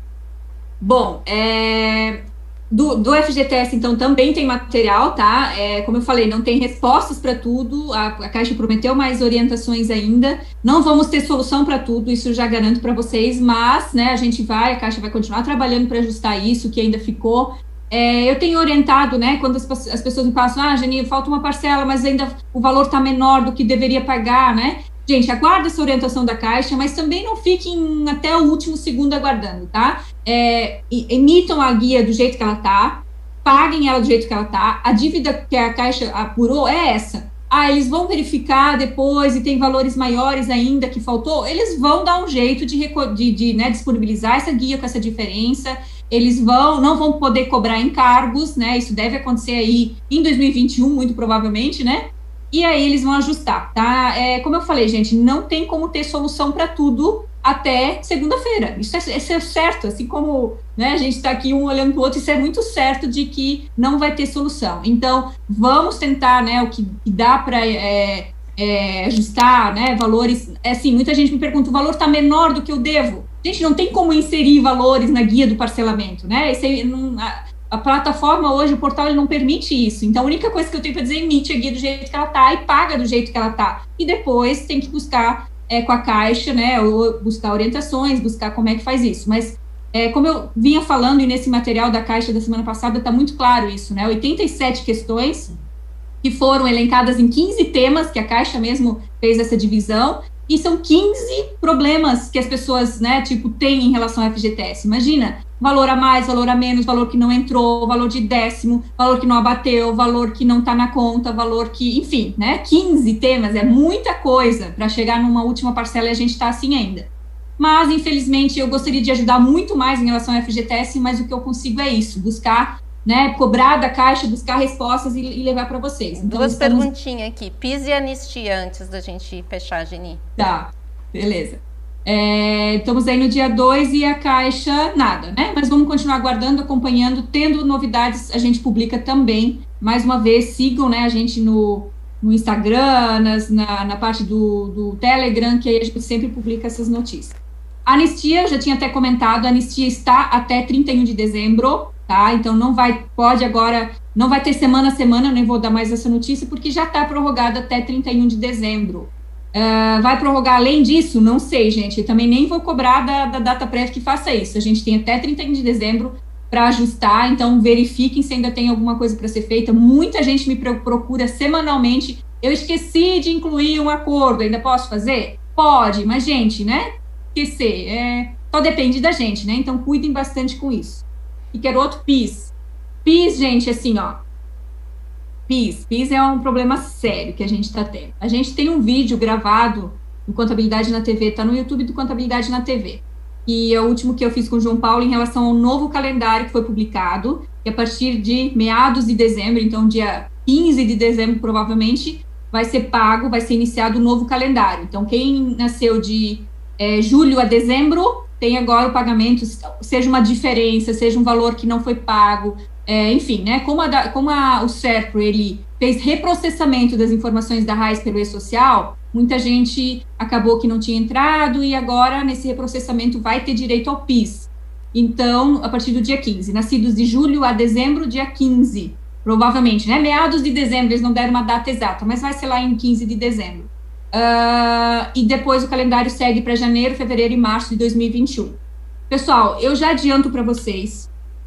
Bom, é... do, do F G T S, então, também tem material, tá? É, como eu falei, não tem respostas para tudo, a, a Caixa prometeu mais orientações ainda, não vamos ter solução para tudo, isso eu já garanto para vocês, mas, né, a gente vai, a Caixa vai continuar trabalhando para ajustar isso, que ainda ficou. É, eu tenho orientado, né, quando as, as pessoas me passam, ah, Geni, falta uma parcela, mas ainda o valor está menor do que deveria pagar, né? Gente, aguarda essa orientação da Caixa, mas também não fiquem até o último segundo aguardando, tá? É, emitam a guia do jeito que ela tá, paguem ela do jeito que ela tá, a dívida que a Caixa apurou é essa. Ah, eles vão verificar depois e tem valores maiores ainda que faltou, eles vão dar um jeito de, de, de né, disponibilizar essa guia com essa diferença. Eles vão, não vão poder cobrar encargos, né? Isso deve acontecer aí em dois mil e vinte e um, muito provavelmente, né? E aí eles vão ajustar, tá? É, como eu falei, gente, não tem como ter solução para tudo até segunda-feira. Isso, é, isso é certo, assim como, né, a gente está aqui um olhando para o outro, isso é muito certo de que não vai ter solução. Então, vamos tentar, né, o que dá para é, é, ajustar, né, valores. É assim, muita gente me pergunta, o valor está menor do que eu devo? Gente, não tem como inserir valores na guia do parcelamento, né? Esse, não, a, a plataforma hoje, o portal, ele não permite isso. Então, a única coisa que eu tenho para dizer é emite a guia do jeito que ela tá e paga do jeito que ela tá. E depois tem que buscar é, com a Caixa, né? Ou buscar orientações, buscar como é que faz isso. Mas, é, como eu vinha falando, e nesse material da Caixa da semana passada, tá muito claro isso, né? oitenta e sete questões que foram elencadas em quinze temas, que a Caixa mesmo fez essa divisão, e são quinze problemas que as pessoas, né, tipo, têm em relação ao F G T S. Imagina, valor a mais, valor a menos, valor que não entrou, valor de décimo, valor que não abateu, valor que não está na conta, valor que, enfim, né, quinze temas, é muita coisa para chegar numa última parcela e a gente está assim ainda. Mas, infelizmente, eu gostaria de ajudar muito mais em relação ao F G T S, mas o que eu consigo é isso, buscar né, cobrar da Caixa, buscar respostas e, e levar para vocês. Então, Duas estamos... perguntinhas aqui. P I S e anistia antes da gente fechar, Geni. Tá, beleza. É, estamos aí no dia dois e a Caixa nada, né? Mas vamos continuar aguardando, acompanhando, tendo novidades, a gente publica também. Mais uma vez, sigam, né, a gente no, no Instagram, nas, na, na parte do, do Telegram, que aí a gente sempre publica essas notícias. A anistia, já tinha até comentado, a anistia está até trinta e um de dezembro, tá? Então não vai, pode agora, não vai ter semana a semana, eu nem vou dar mais essa notícia, porque já está prorrogada até trinta e um de dezembro. Uh, vai prorrogar além disso? Não sei, gente. Eu também nem vou cobrar da, da data prévia que faça isso. A gente tem até trinta e um de dezembro para ajustar, então verifiquem se ainda tem alguma coisa para ser feita. Muita gente me procura semanalmente. Eu esqueci de incluir um acordo, ainda posso fazer? Pode, mas, gente, né? Esquecer, é, só depende da gente, né? Então, cuidem bastante com isso. E quero outro P I S. P I S, gente, assim, ó. P I S. P I S é um problema sério que a gente está tendo. A gente tem um vídeo gravado do Contabilidade na T V, está no YouTube do Contabilidade na T V. E é o último que eu fiz com o João Paulo em relação ao novo calendário que foi publicado, que a partir de meados de dezembro, então dia quinze de dezembro, provavelmente, vai ser pago, vai ser iniciado o novo calendário. Então, quem nasceu de é, julho a dezembro, tem agora o pagamento, seja uma diferença, seja um valor que não foi pago, é, enfim, né, como, a, como a, o SERPRO, ele fez reprocessamento das informações da RAIS pelo E-Social, muita gente acabou que não tinha entrado e agora, nesse reprocessamento, vai ter direito ao P I S. Então, a partir do dia quinze, nascidos de julho a dezembro, dia quinze, provavelmente, né, meados de dezembro, eles não deram uma data exata, mas vai ser lá em quinze de dezembro. Uh, e depois o calendário segue para janeiro, fevereiro e março de dois mil e vinte e um. Pessoal, eu já adianto para vocês,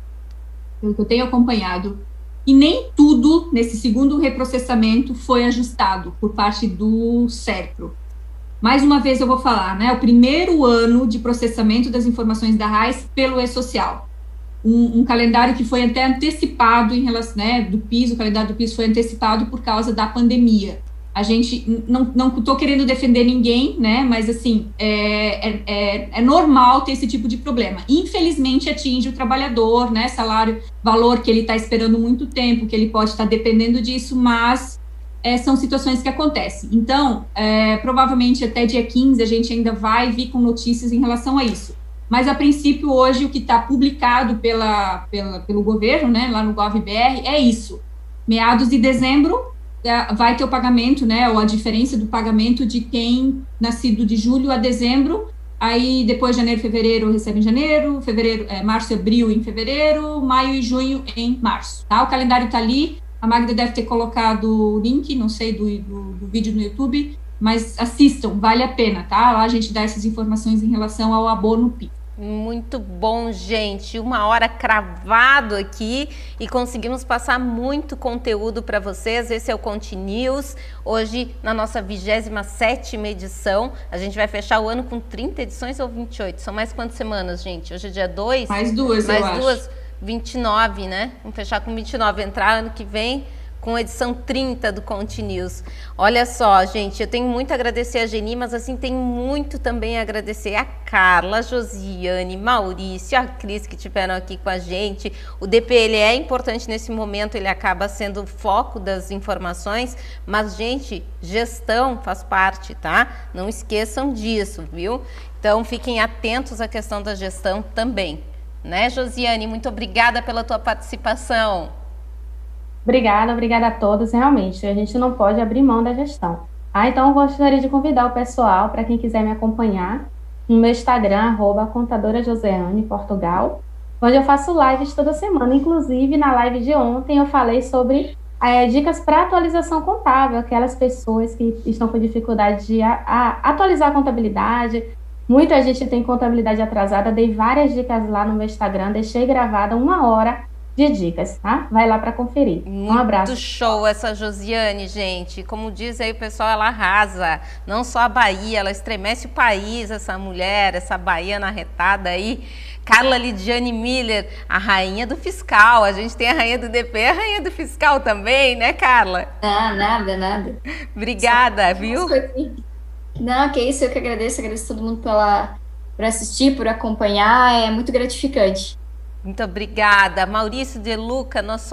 pelo que eu tenho acompanhado, e nem tudo nesse segundo reprocessamento foi ajustado por parte do SERPRO. Mais uma vez eu vou falar, né, o primeiro ano de processamento das informações da RAIS pelo E-Social. Um, um calendário que foi até antecipado em relação, né, do P I S, o calendário do P I S foi antecipado por causa da pandemia. A gente, não, não estou querendo defender ninguém, né, mas assim, é, é, é, é normal ter esse tipo de problema. Infelizmente atinge o trabalhador, né, salário, valor que ele está esperando muito tempo, que ele pode estar dependendo disso, mas é, são situações que acontecem. Então, é, provavelmente até dia quinze a gente ainda vai vir com notícias em relação a isso. Mas, a princípio, hoje, o que está publicado pela, pela, pelo governo, né, lá no GovBR, é isso. Meados de dezembro, vai ter o pagamento, né, ou a diferença do pagamento de quem nascido de julho a dezembro, aí depois janeiro, fevereiro recebe em janeiro, fevereiro, é, março e abril em fevereiro, maio e junho em março, tá? O calendário tá ali, a Magda deve ter colocado o link, não sei, do, do, do vídeo no YouTube, mas assistam, vale a pena, tá? Lá a gente dá essas informações em relação ao abono P I S. Muito bom, gente, uma hora cravado aqui e conseguimos passar muito conteúdo para vocês. Esse é o Conte News, hoje na nossa vigésima sétima edição. A gente vai fechar o ano com trinta edições ou vinte e oito? São mais quantas semanas, gente? Hoje é dia dois? Mais duas, mais eu acho. duas, vinte e nove, né? Vamos fechar com vinte e nove, entrar ano que vem com a edição trinta do Conte News. Olha só, gente, eu tenho muito a agradecer a Geni, mas assim, tenho muito também a agradecer a Carla, a Josiane, Maurício, a Cris, que estiveram aqui com a gente. O D P, ele é importante nesse momento, ele acaba sendo o foco das informações, mas, gente, gestão faz parte, tá? Não esqueçam disso, viu? Então, fiquem atentos à questão da gestão também. Né, Josiane? Muito obrigada pela tua participação. Obrigada, obrigada a todos. Realmente, a gente não pode abrir mão da gestão. Ah, então eu gostaria de convidar o pessoal, para quem quiser me acompanhar, no meu Instagram, arroba contadora Joseane Portugal, onde eu faço lives toda semana. Inclusive, na live de ontem, eu falei sobre é, dicas para atualização contábil, aquelas pessoas que estão com dificuldade de a, a, atualizar a contabilidade. Muita gente tem contabilidade atrasada, dei várias dicas lá no meu Instagram, deixei gravada uma hora de dicas, tá? Vai lá para conferir. Um abraço. Muito show essa Josiane, gente. Como diz aí o pessoal, ela arrasa. Não só a Bahia, ela estremece o país, essa mulher, essa baiana arretada aí. Carla Lidiane Miller, a rainha do fiscal. A gente tem a rainha do D P, a rainha do fiscal também, né, Carla? Ah, nada, nada. Obrigada, só, viu? Não, que isso, eu que agradeço. Agradeço todo mundo pela, por assistir, por acompanhar. É muito gratificante. Muito obrigada. Maurício De Luca, nosso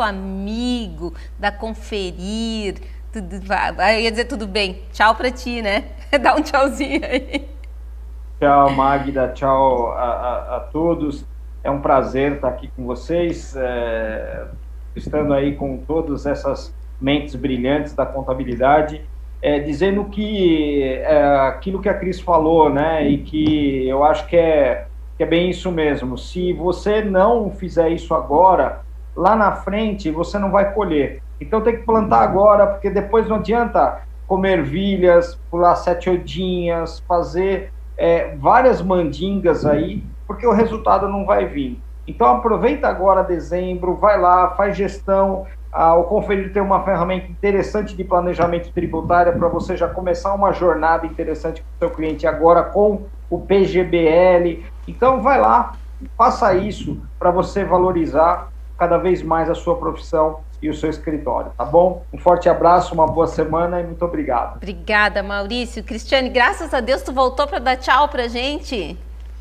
amigo da Conferir. Tudo, eu ia dizer tudo bem. Tchau para ti, né? Dá um tchauzinho aí. Tchau, Magda. Tchau a, a, a todos. É um prazer estar aqui com vocês, é, estando aí com todas essas mentes brilhantes da contabilidade, é, dizendo que é, aquilo que a Cris falou, né, e que eu acho que é, que é bem isso mesmo. Se você não fizer isso agora, lá na frente você não vai colher. Então tem que plantar agora, porque depois não adianta comer ervilhas, pular sete odinhas, fazer é, várias mandingas aí, porque o resultado não vai vir. Então aproveita agora dezembro, vai lá, faz gestão. Ah, o Conferir tem uma ferramenta interessante de planejamento tributário para você já começar uma jornada interessante com o seu cliente agora com o P G B L. Então vai lá, faça isso para você valorizar cada vez mais a sua profissão e o seu escritório, tá bom? Um forte abraço, uma boa semana e muito obrigado. Obrigada, Maurício. Cristiane, graças a Deus tu voltou para dar tchau pra gente.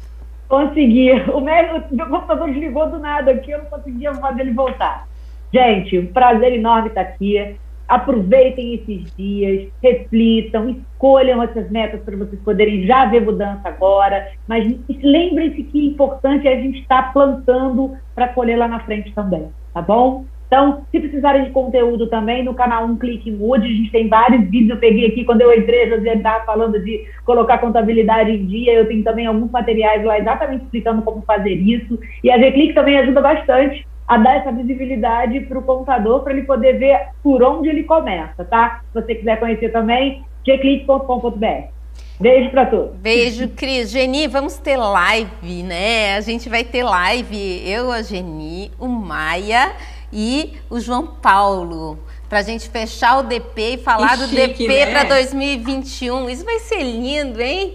Consegui. O meu, meu computador desligou do nada aqui, eu não conseguia fazer ele voltar. Gente, um prazer enorme estar aqui. Aproveitem esses dias, reflitam, escolham essas metas para vocês poderem já ver mudança agora, mas lembrem-se que o importante é a gente estar plantando para colher lá na frente também, tá bom? Então, se precisarem de conteúdo também, no canal Um Clique Mude, a gente tem vários vídeos, eu peguei aqui, quando eu entrei, a Josiane estava falando de colocar contabilidade em dia, eu tenho também alguns materiais lá exatamente explicando como fazer isso, e a G-Click também ajuda bastante a dar essa visibilidade para o contador, para ele poder ver por onde ele começa, tá? Se você quiser conhecer também, g click ponto com ponto b r. Beijo para todos. Beijo, Cris. Geni, vamos ter live, né? A gente vai ter live, eu, a Geni, o Maia e o João Paulo, para a gente fechar o D P e falar que do chique, D P, né? Para dois mil e vinte e um. Isso vai ser lindo, hein?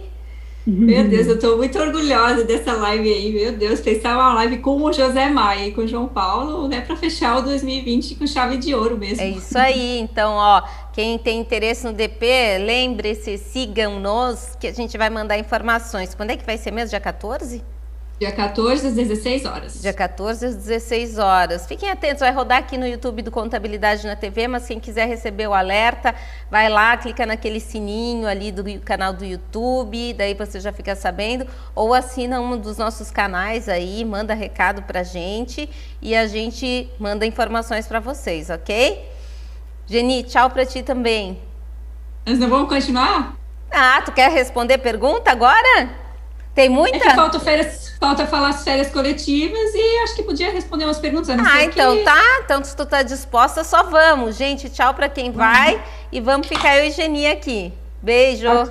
Meu Deus, eu estou muito orgulhosa dessa live aí, meu Deus, pensar uma live com o José Maia e com o João Paulo, né, para fechar o dois mil e vinte com chave de ouro mesmo. É isso aí, então, ó, quem tem interesse no D P, lembre-se, sigam-nos, que a gente vai mandar informações. Quando é que vai ser mesmo? Dia quatorze? Dia quatorze às dezesseis horas. Dia quatorze às dezesseis horas. Fiquem atentos, vai rodar aqui no YouTube do Contabilidade na T V, mas quem quiser receber o alerta, vai lá, clica naquele sininho ali do canal do YouTube, daí você já fica sabendo, ou assina um dos nossos canais aí, manda recado pra gente e a gente manda informações para vocês, ok? Geni, tchau pra ti também. Nós não vamos continuar? Ah, tu quer responder pergunta agora? Tem muita? É que falta, férias, falta falar as férias coletivas e acho que podia responder umas perguntas. Eu não ah, sei então que... tá. Então, se tu tá disposta, só vamos. Gente, tchau pra quem vai. Uhum. E vamos ficar eu e Geni aqui. Beijo. Ah.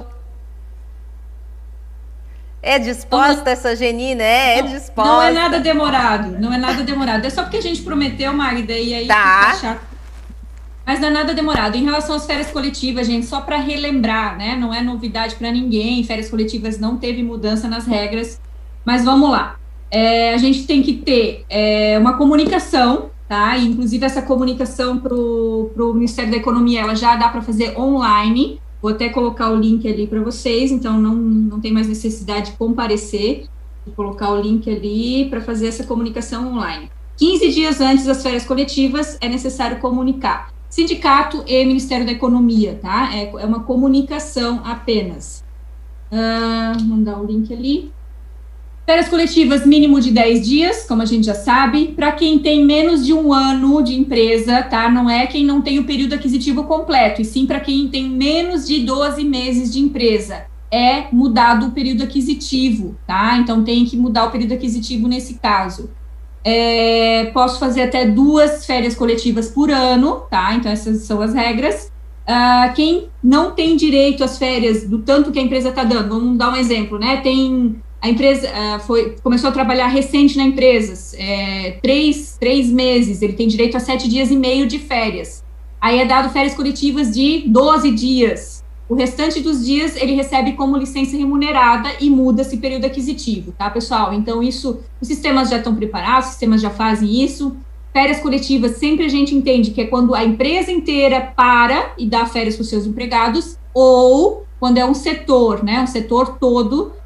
É disposta uhum. essa Geni, né? É não, disposta. Não é nada demorado. Não é nada demorado. É só porque a gente prometeu, Magda, e aí tá. fica chato. Mas não é nada demorado. Em relação às férias coletivas, gente, só para relembrar, né? Não é novidade para ninguém. Férias coletivas não teve mudança nas regras. Mas vamos lá. É, a gente tem que ter é, uma comunicação, tá? E, inclusive, essa comunicação para o Ministério da Economia, ela já dá para fazer online. Vou até colocar o link ali para vocês, então não, não tem mais necessidade de comparecer. Vou colocar o link ali para fazer essa comunicação online. quinze dias antes das férias coletivas, é necessário comunicar. Sindicato e Ministério da Economia, tá? É, é uma comunicação apenas. Uh, mandar o link ali. Férias coletivas, mínimo de dez dias, como a gente já sabe. Para quem tem menos de um ano de empresa, tá? Não é quem não tem o período aquisitivo completo, e sim para quem tem menos de doze meses de empresa. É mudado o período aquisitivo, tá? Então, tem que mudar o período aquisitivo nesse caso. É, posso fazer até duas férias coletivas por ano, tá? Então, essas são as regras. Uh, quem não tem direito às férias do tanto que a empresa está dando, vamos dar um exemplo, né? Tem a empresa uh, foi, começou a trabalhar recente na empresa, é, três, três meses, ele tem direito a sete dias e meio de férias. Aí é dado férias coletivas de doze dias. O restante dos dias ele recebe como licença remunerada e muda esse período aquisitivo, tá, pessoal? Então, isso, os sistemas já estão preparados, os sistemas já fazem isso. Férias coletivas, sempre a gente entende que é quando a empresa inteira para e dá férias para os seus empregados, ou quando é um setor, né, um setor todo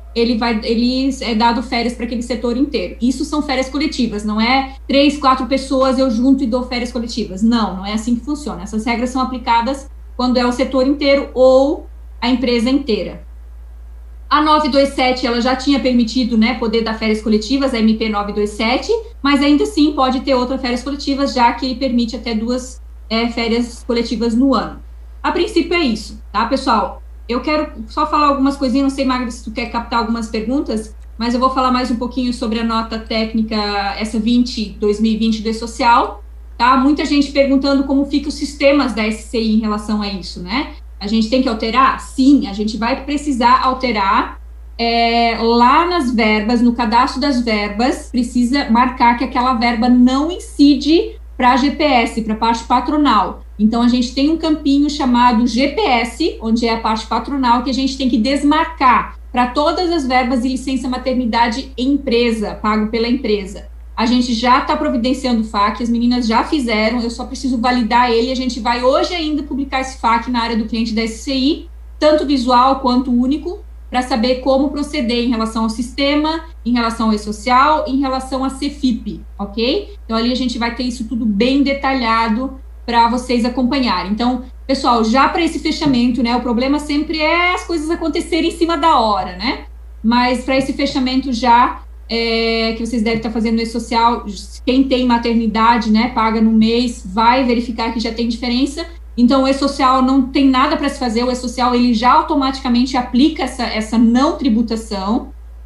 ele vai, ele é dado férias para aquele setor inteiro. Isso são férias coletivas, não é três, quatro pessoas eu junto e dou férias coletivas. Não, não é assim que funciona. Essas regras são aplicadas quando é o setor inteiro ou a empresa inteira. A novecentos e vinte e sete, ela já tinha permitido, né, poder dar férias coletivas, a M P novecentos e vinte e sete, mas ainda assim pode ter outras férias coletivas, já que ele permite até duas é, férias coletivas no ano. A princípio é isso, tá, pessoal? Eu quero só falar algumas coisinhas, não sei, Magda, se tu quer captar algumas perguntas, mas eu vou falar mais um pouquinho sobre a nota técnica, essa vinte, dois mil e vinte do E-Social, tá? Muita gente perguntando como ficam os sistemas da S C I em relação a isso, né? A gente tem que alterar? Sim, a gente vai precisar alterar é, lá nas verbas, no cadastro das verbas, precisa marcar que aquela verba não incide para a G P S, para a parte patronal. Então, a gente tem um campinho chamado G P S, onde é a parte patronal, que a gente tem que desmarcar para todas as verbas de licença maternidade empresa, pago pela empresa. A gente já está providenciando o F A Q, as meninas já fizeram, eu só preciso validar ele, a gente vai hoje ainda publicar esse F A Q na área do cliente da S C I, tanto visual quanto único, para saber como proceder em relação ao sistema, em relação ao E-Social, em relação a Cefip, ok? Então, ali a gente vai ter isso tudo bem detalhado para vocês acompanharem. Então, pessoal, já para esse fechamento, né, o problema sempre é as coisas acontecerem em cima da hora, né? Mas para esse fechamento já, é, que vocês devem estar fazendo no E-Social, quem tem maternidade, né, paga no mês, vai verificar que já tem diferença. Então, o E-Social não tem nada para se fazer, o E-Social, ele já automaticamente aplica essa, essa não tributação.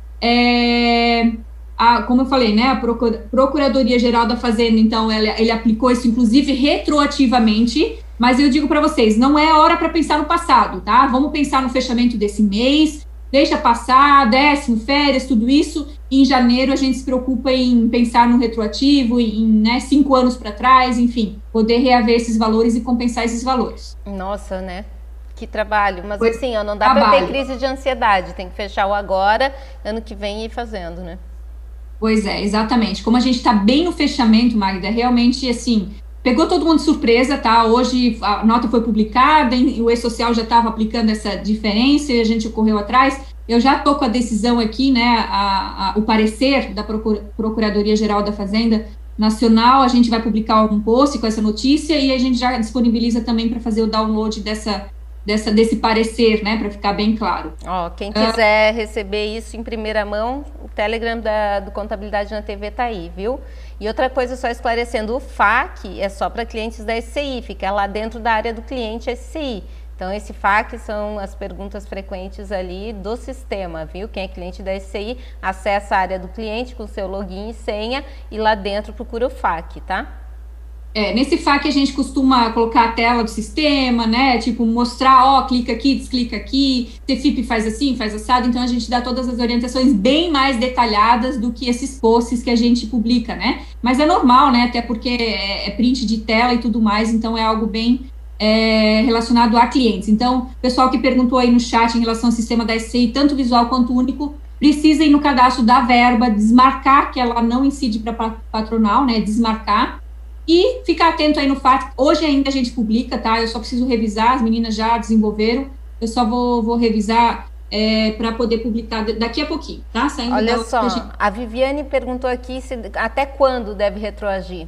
É, a, como eu falei, né, a Procuradoria-Geral da Fazenda, então, ele, ele aplicou isso, inclusive, retroativamente, mas eu digo para vocês, não é hora para pensar no passado, tá? Vamos pensar no fechamento desse mês, deixa passar, décimo, férias, tudo isso, e em janeiro a gente se preocupa em pensar no retroativo, em, né, cinco anos para trás, enfim, poder reaver esses valores e compensar esses valores. Nossa, né? Que trabalho, mas Foi assim, ó, não dá para ter crise de ansiedade, tem que fechar o agora, ano que vem e ir fazendo, né? Pois é, exatamente. Como a gente está bem no fechamento, Magda, realmente, assim, pegou todo mundo de surpresa, tá? Hoje a nota foi publicada, e o E-Social já estava aplicando essa diferença e a gente correu atrás. Eu já estou com a decisão aqui, né, a, a, o parecer da Procura, Procuradoria-Geral da Fazenda Nacional, a gente vai publicar um post com essa notícia e a gente já disponibiliza também para fazer o download dessa, dessa, desse parecer, né, para ficar bem claro. Ó, quem quiser uh, receber isso em primeira mão, o Telegram da, do Contabilidade na T V tá aí, viu? E outra coisa, só esclarecendo, o F A Q é só para clientes da S C I, fica lá dentro da área do cliente S C I. Então, esse F A Q são as perguntas frequentes ali do sistema, viu? Quem é cliente da S C I, acessa a área do cliente com seu login e senha e lá dentro procura o F A Q, tá? É, nesse F A Q a gente costuma colocar a tela do sistema, né? Tipo, mostrar, ó, clica aqui, desclica aqui, Cefip faz assim, faz assado. Então, a gente dá todas as orientações bem mais detalhadas do que esses posts que a gente publica, né? Mas é normal, né? Até porque é, é print de tela e tudo mais, então é algo bem... É, relacionado a clientes. Então, pessoal que perguntou aí no chat em relação ao sistema da S C I, tanto visual quanto único, precisa ir no cadastro da verba, desmarcar que ela não incide para patronal, né, desmarcar, e ficar atento aí no F A Q. Hoje ainda a gente publica, tá? Eu só preciso revisar, as meninas já desenvolveram, eu só vou, vou revisar é, para poder publicar daqui a pouquinho, tá? Saindo Olha da, só, a, gente... a Viviane perguntou aqui se, até quando deve retroagir?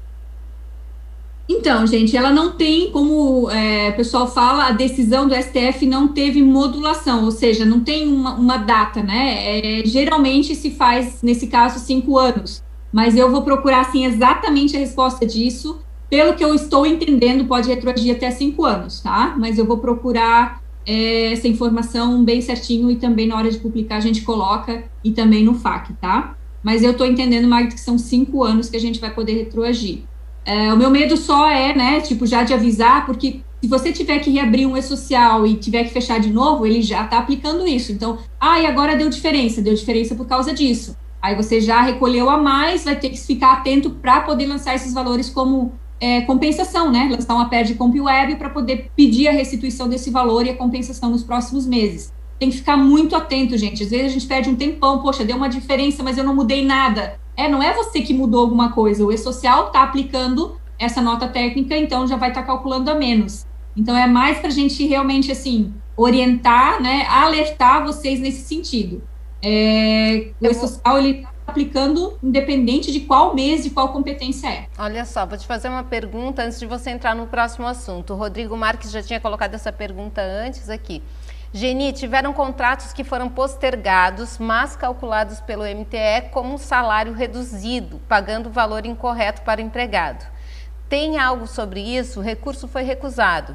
Então, gente, ela não tem, como é, o pessoal fala, a decisão do S T F não teve modulação, ou seja, não tem uma, uma data, né? É, geralmente se faz, nesse caso, cinco anos, mas eu vou procurar, assim, exatamente a resposta disso. Pelo que eu estou entendendo, pode retroagir até cinco anos, tá? Mas eu vou procurar é, essa informação bem certinho e também na hora de publicar a gente coloca e também no F A Q, tá? Mas eu estou entendendo, Magda, que são cinco anos que a gente vai poder retroagir. É, o meu medo só é, né, tipo, já de avisar, porque se você tiver que reabrir um E-Social e tiver que fechar de novo, ele já está aplicando isso. Então, ah, e agora deu diferença, deu diferença por causa disso. Aí você já recolheu a mais, vai ter que ficar atento para poder lançar esses valores como é, compensação, né, lançar uma P E R de Comp Web para poder pedir a restituição desse valor e a compensação nos próximos meses. Tem que ficar muito atento, gente. Às vezes a gente perde um tempão, poxa, deu uma diferença, mas eu não mudei nada. É, não é você que mudou alguma coisa, o E-Social está aplicando essa nota técnica, então já vai estar tá calculando a menos. Então, é mais para a gente realmente, assim, orientar, né, alertar vocês nesse sentido. é, o E-Social, ele está aplicando independente de qual mês, de qual competência é. Olha só, vou te fazer uma pergunta antes de você entrar no próximo assunto. O Rodrigo Marques já tinha colocado essa pergunta antes aqui. Geni, tiveram contratos que foram postergados, mas calculados pelo M T E como salário reduzido, pagando o valor incorreto para o empregado. Tem algo sobre isso? O recurso foi recusado?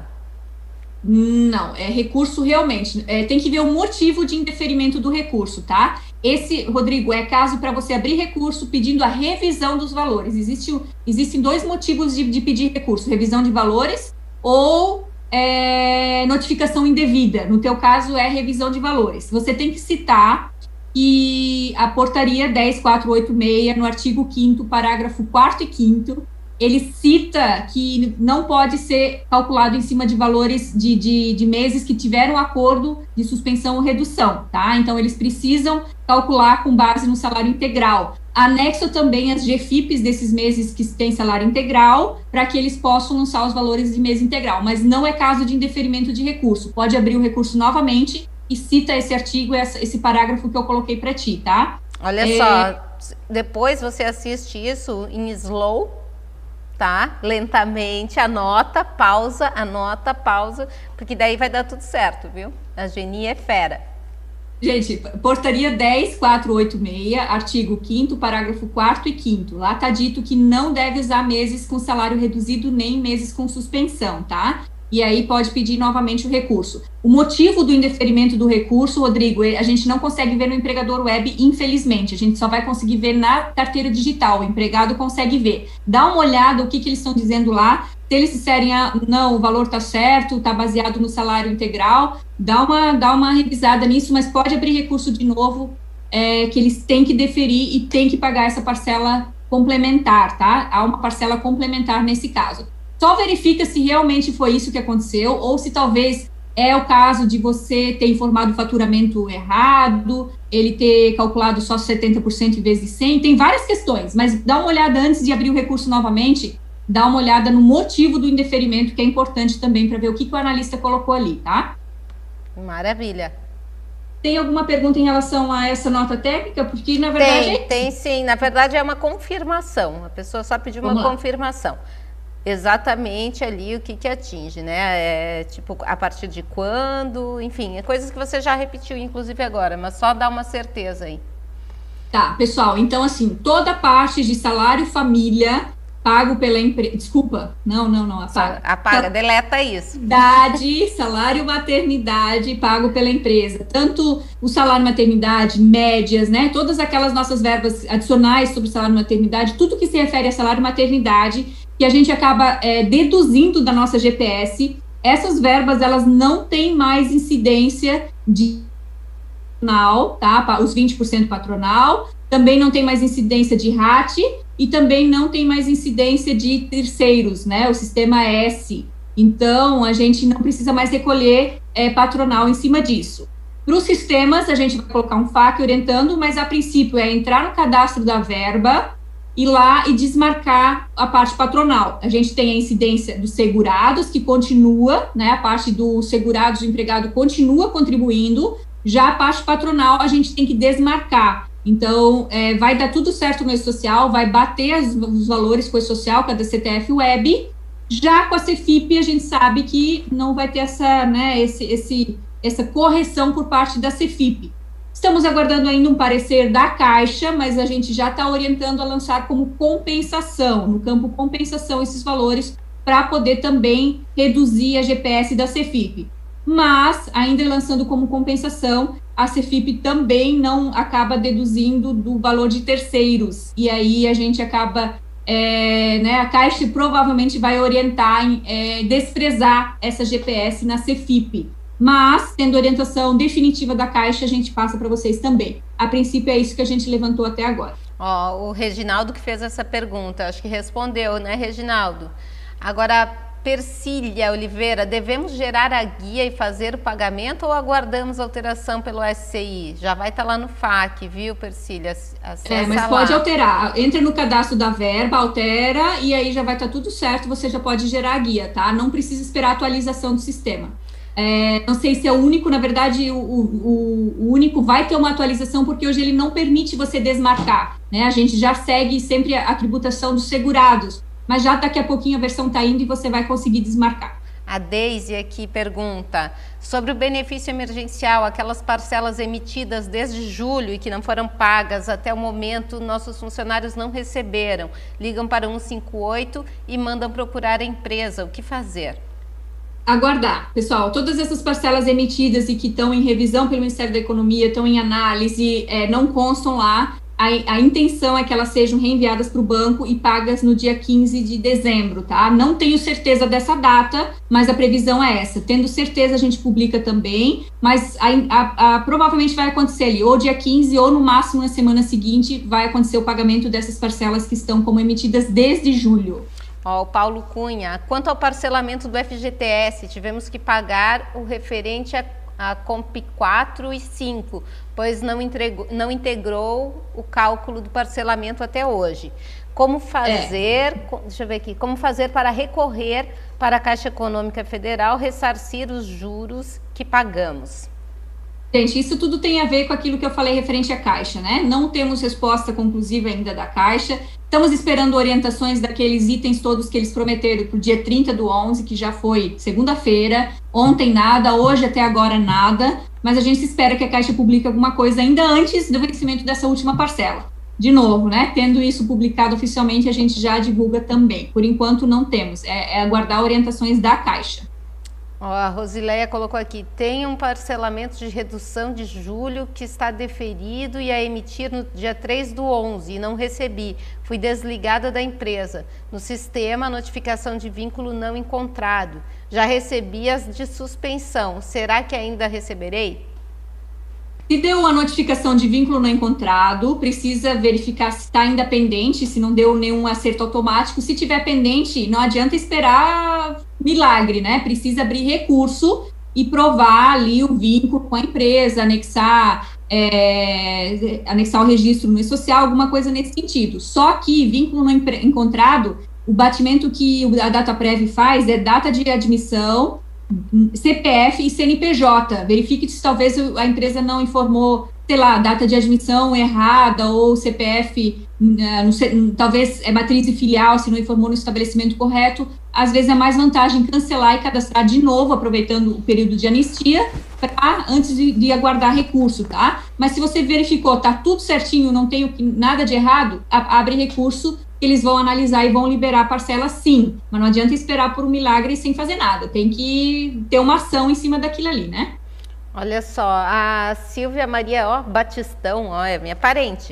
Não, é recurso realmente. É, tem que ver o motivo de indeferimento do recurso, tá? Esse, Rodrigo, é caso para você abrir recurso pedindo a revisão dos valores. Existe, existem dois motivos de, de pedir recurso: revisão de valores ou é, notificação indevida. No teu caso, é revisão de valores. Você tem que citar que a portaria dez mil quatrocentos e oitenta e seis, no artigo quinto, parágrafo quarto e quinto, ele cita que não pode ser calculado em cima de valores de, de, de meses que tiveram acordo de suspensão ou redução, tá? Então, eles precisam calcular com base no salário integral. Anexo também as G F I Ps desses meses que têm salário integral, para que eles possam lançar os valores de mês integral, mas não é caso de indeferimento de recurso. Pode abrir o recurso novamente e cita esse artigo, esse parágrafo que eu coloquei para ti, tá? Olha é... só, depois você assiste isso em slow, tá? Lentamente, anota, pausa, anota, pausa, porque daí vai dar tudo certo, viu? A Geni é fera. Gente, portaria dez mil quatrocentos e oitenta e seis, artigo quinto, parágrafo quarto e quinto. Lá tá dito que não deve usar meses com salário reduzido nem meses com suspensão, tá? E aí pode pedir novamente o recurso. O motivo do indeferimento do recurso, Rodrigo, a gente não consegue ver no empregador web, infelizmente. A gente só vai conseguir ver na carteira digital. O empregado consegue ver. Dá uma olhada o que, que eles estão dizendo lá. Se eles disserem, ah, não, o valor está certo, está baseado no salário integral, dá uma, dá uma revisada nisso, mas pode abrir recurso de novo, é, que eles têm que deferir e têm que pagar essa parcela complementar, tá? Há uma parcela complementar nesse caso. Só verifica se realmente foi isso que aconteceu, ou se talvez é o caso de você ter informado o faturamento errado, ele ter calculado só setenta por cento em vez de cem por cento. Tem várias questões, mas dá uma olhada antes de abrir o recurso novamente, dá uma olhada no motivo do indeferimento, que é importante também para ver o que, que o analista colocou ali, tá? Maravilha. Tem alguma pergunta em relação a essa nota técnica? Porque, na verdade... Tem, é... tem sim. Na verdade, é uma confirmação. A pessoa só pediu uma confirmação. Exatamente ali o que, que atinge, né? É, tipo, a partir de quando, enfim, é coisas que você já repetiu, inclusive agora, mas só dá uma certeza aí. Tá, pessoal, então assim, toda parte de salário família pago pela empresa, desculpa, não, não, não, apaga. Apaga, Sal... deleta isso. Maternidade, salário maternidade pago pela empresa, tanto o salário maternidade, médias, né, todas aquelas nossas verbas adicionais sobre salário maternidade, tudo que se refere a salário maternidade, que a gente acaba é, deduzindo da nossa G P S, essas verbas, elas não têm mais incidência de patronal, tá? Os vinte por cento patronal, também não tem mais incidência de R A T e também não tem mais incidência de terceiros, né? O sistema S. Então, a gente não precisa mais recolher é, patronal em cima disso. Para os sistemas, a gente vai colocar um F A Q orientando, mas a princípio é entrar no cadastro da verba, ir lá e desmarcar a parte patronal. A gente tem a incidência dos segurados, que continua, né, a parte dos segurados do empregado continua contribuindo, já a parte patronal a gente tem que desmarcar. Então, é, vai dar tudo certo no E-Social, vai bater as, os valores com o E-Social, com a C T F Web, já com a Cefip a gente sabe que não vai ter essa, né, esse, esse, essa correção por parte da Cefip. Estamos aguardando ainda um parecer da Caixa, mas a gente já está orientando a lançar como compensação, no campo compensação, esses valores, para poder também reduzir a G P S da Cefip. Mas, ainda lançando como compensação, a Cefip também não acaba deduzindo do valor de terceiros. E aí a gente acaba, é, né, a Caixa provavelmente vai orientar em é, desprezar essa G P S na Cefip. Mas, tendo orientação definitiva da Caixa, a gente passa para vocês também. A princípio, é isso que a gente levantou até agora. Ó, o Reginaldo que fez essa pergunta, acho que respondeu, né, Reginaldo? Agora, Persília Oliveira, devemos gerar a guia e fazer o pagamento ou aguardamos alteração pelo S C I? Já vai estar tá lá no F A Q, viu, Persília? Acessa é, mas lá. Pode alterar. Entra no cadastro da verba, altera, e aí já vai estar tá tudo certo, você já pode gerar a guia, tá? Não precisa esperar a atualização do sistema. É, não sei se é o único, na verdade, o, o, o único vai ter uma atualização, porque hoje ele não permite você desmarcar, né? A gente já segue sempre a, a tributação dos segurados, mas já daqui a pouquinho a versão está indo e você vai conseguir desmarcar. A Deise aqui pergunta sobre o benefício emergencial, aquelas parcelas emitidas desde julho e que não foram pagas até o momento, nossos funcionários não receberam. Ligam para cento e cinquenta e oito e mandam procurar a empresa. O que fazer? Aguardar, pessoal. Todas essas parcelas emitidas e que estão em revisão pelo Ministério da Economia, estão em análise, é, não constam lá. A, a intenção é que elas sejam reenviadas para o banco e pagas no dia quinze de dezembro, tá? Não tenho certeza dessa data, mas a previsão é essa. Tendo certeza, a gente publica também, mas a, a, a, provavelmente vai acontecer ali, ou dia quinze, ou no máximo na semana seguinte, vai acontecer o pagamento dessas parcelas que estão como emitidas desde julho. Ó, o Paulo Cunha, quanto ao parcelamento do F G T S, tivemos que pagar o referente a a Comp quatro e cinco, pois não, entregou, não integrou o cálculo do parcelamento até hoje. Como fazer, é. deixa eu ver aqui, como fazer para recorrer para a Caixa Econômica Federal ressarcir os juros que pagamos? Gente, isso tudo tem a ver com aquilo que eu falei referente à Caixa, né? Não temos resposta conclusiva ainda da Caixa. Estamos esperando orientações daqueles itens todos que eles prometeram para o dia trinta do onze, que já foi segunda-feira. Ontem nada, hoje até agora nada. Mas a gente espera que a Caixa publique alguma coisa ainda antes do vencimento dessa última parcela. De novo, né? Tendo isso publicado oficialmente, a gente já divulga também. Por enquanto não temos, é, é aguardar orientações da Caixa. Ó, a Rosileia colocou aqui, tem um parcelamento de redução de julho que está deferido e a emitir no dia três do onze e não recebi. Fui desligada da empresa. No sistema, a notificação de vínculo não encontrado. Já recebi as de suspensão. Será que ainda receberei? Se deu a notificação de vínculo não encontrado, precisa verificar se está ainda pendente, se não deu nenhum acerto automático. Se tiver pendente, não adianta esperar milagre, né? Precisa abrir recurso e provar ali o vínculo com a empresa, anexar, é, anexar o registro no E-Social, alguma coisa nesse sentido. Só que vínculo não encontrado, o batimento que a Dataprev faz é data de admissão, C P F e C N P J. Verifique se talvez a empresa não informou, sei lá, data de admissão errada ou C P F, não sei, talvez é matriz e filial, se não informou no estabelecimento correto. Às vezes é mais vantagem cancelar e cadastrar de novo, aproveitando o período de anistia, pra, antes de, de aguardar recurso, tá? Mas se você verificou, tá tudo certinho, não tem nada de errado, a, abre recurso, eles vão analisar e vão liberar a parcela sim, mas não adianta esperar por um milagre sem fazer nada, tem que ter uma ação em cima daquilo ali, né? Olha só, a Silvia Maria, ó, Batistão, ó, é minha parente,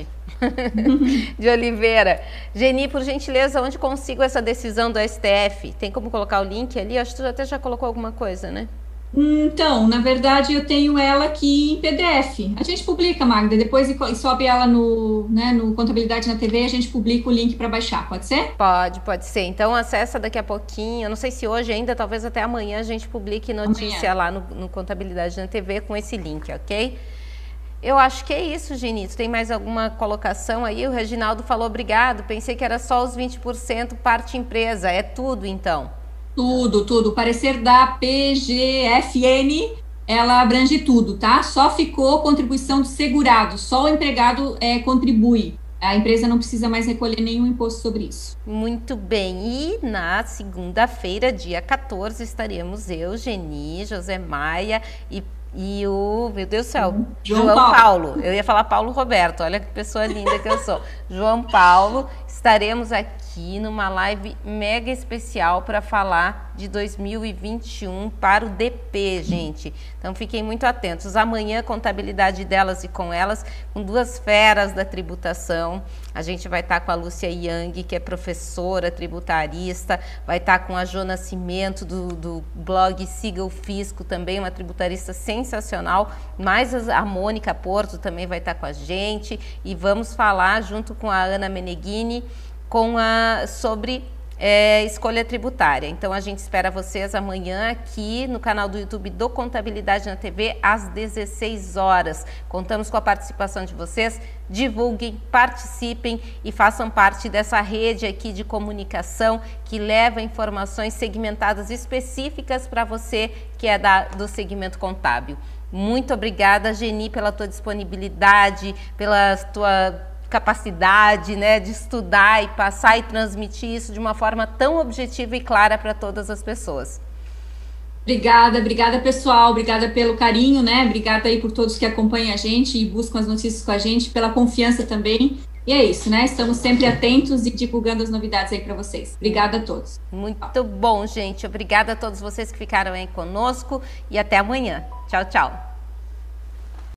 de Oliveira. Geni, por gentileza, onde consigo essa decisão do S T F? Tem como colocar o link ali? Acho que tu até já colocou alguma coisa, né? Então, na verdade, eu tenho ela aqui em P D F. A gente publica, Magda, depois sobe ela no, né, no Contabilidade na T V, a gente publica o link para baixar, pode ser? Pode, pode ser. Então, acessa daqui a pouquinho, eu não sei se hoje ainda, talvez até amanhã a gente publique notícia amanhã lá no, no Contabilidade na T V com esse link, ok? Eu acho que é isso, Genito. Tem mais alguma colocação aí? O Reginaldo falou obrigado, pensei que era só os vinte por cento parte empresa, é tudo então? Tudo, tudo. O parecer da P G F N, ela abrange tudo, tá? Só ficou contribuição do segurado, só o empregado é, contribui. A empresa não precisa mais recolher nenhum imposto sobre isso. Muito bem. E na segunda-feira, dia quatorze, estaremos eu, Geni, José Maia e E o, meu Deus do céu, uhum. João, João Paulo. Paulo. Eu ia falar Paulo Roberto, olha que pessoa linda que eu sou. João Paulo, estaremos aqui numa live mega especial para falar de dois mil e vinte e um para o D P, gente. Então fiquem muito atentos. Amanhã, contabilidade delas e com elas, com duas feras da tributação. A gente vai estar com a Lúcia Yang, que é professora tributarista, vai estar com a Jo Nascimento, do, do blog Siga o Fisco, também uma tributarista sensacional, mais a Mônica Porto também vai estar com a gente, e vamos falar junto com a Ana Meneghini com a, sobre é, escolha tributária. Então a gente espera vocês amanhã aqui no canal do YouTube do Contabilidade na T V às dezesseis horas. Contamos com a participação de vocês. Divulguem, participem e façam parte dessa rede aqui de comunicação que leva informações segmentadas específicas para você que é da, do segmento contábil. Muito obrigada, Geni, pela tua disponibilidade, pela tua capacidade, né, de estudar e passar e transmitir isso de uma forma tão objetiva e clara para todas as pessoas. Obrigada, obrigada pessoal, obrigada pelo carinho, né? Obrigada aí por todos que acompanham a gente e buscam as notícias com a gente, pela confiança também. E é isso, né? Estamos sempre atentos e divulgando as novidades aí para vocês. Obrigada a todos. Muito bom, gente. Obrigada a todos vocês que ficaram aí conosco e até amanhã. Tchau, tchau.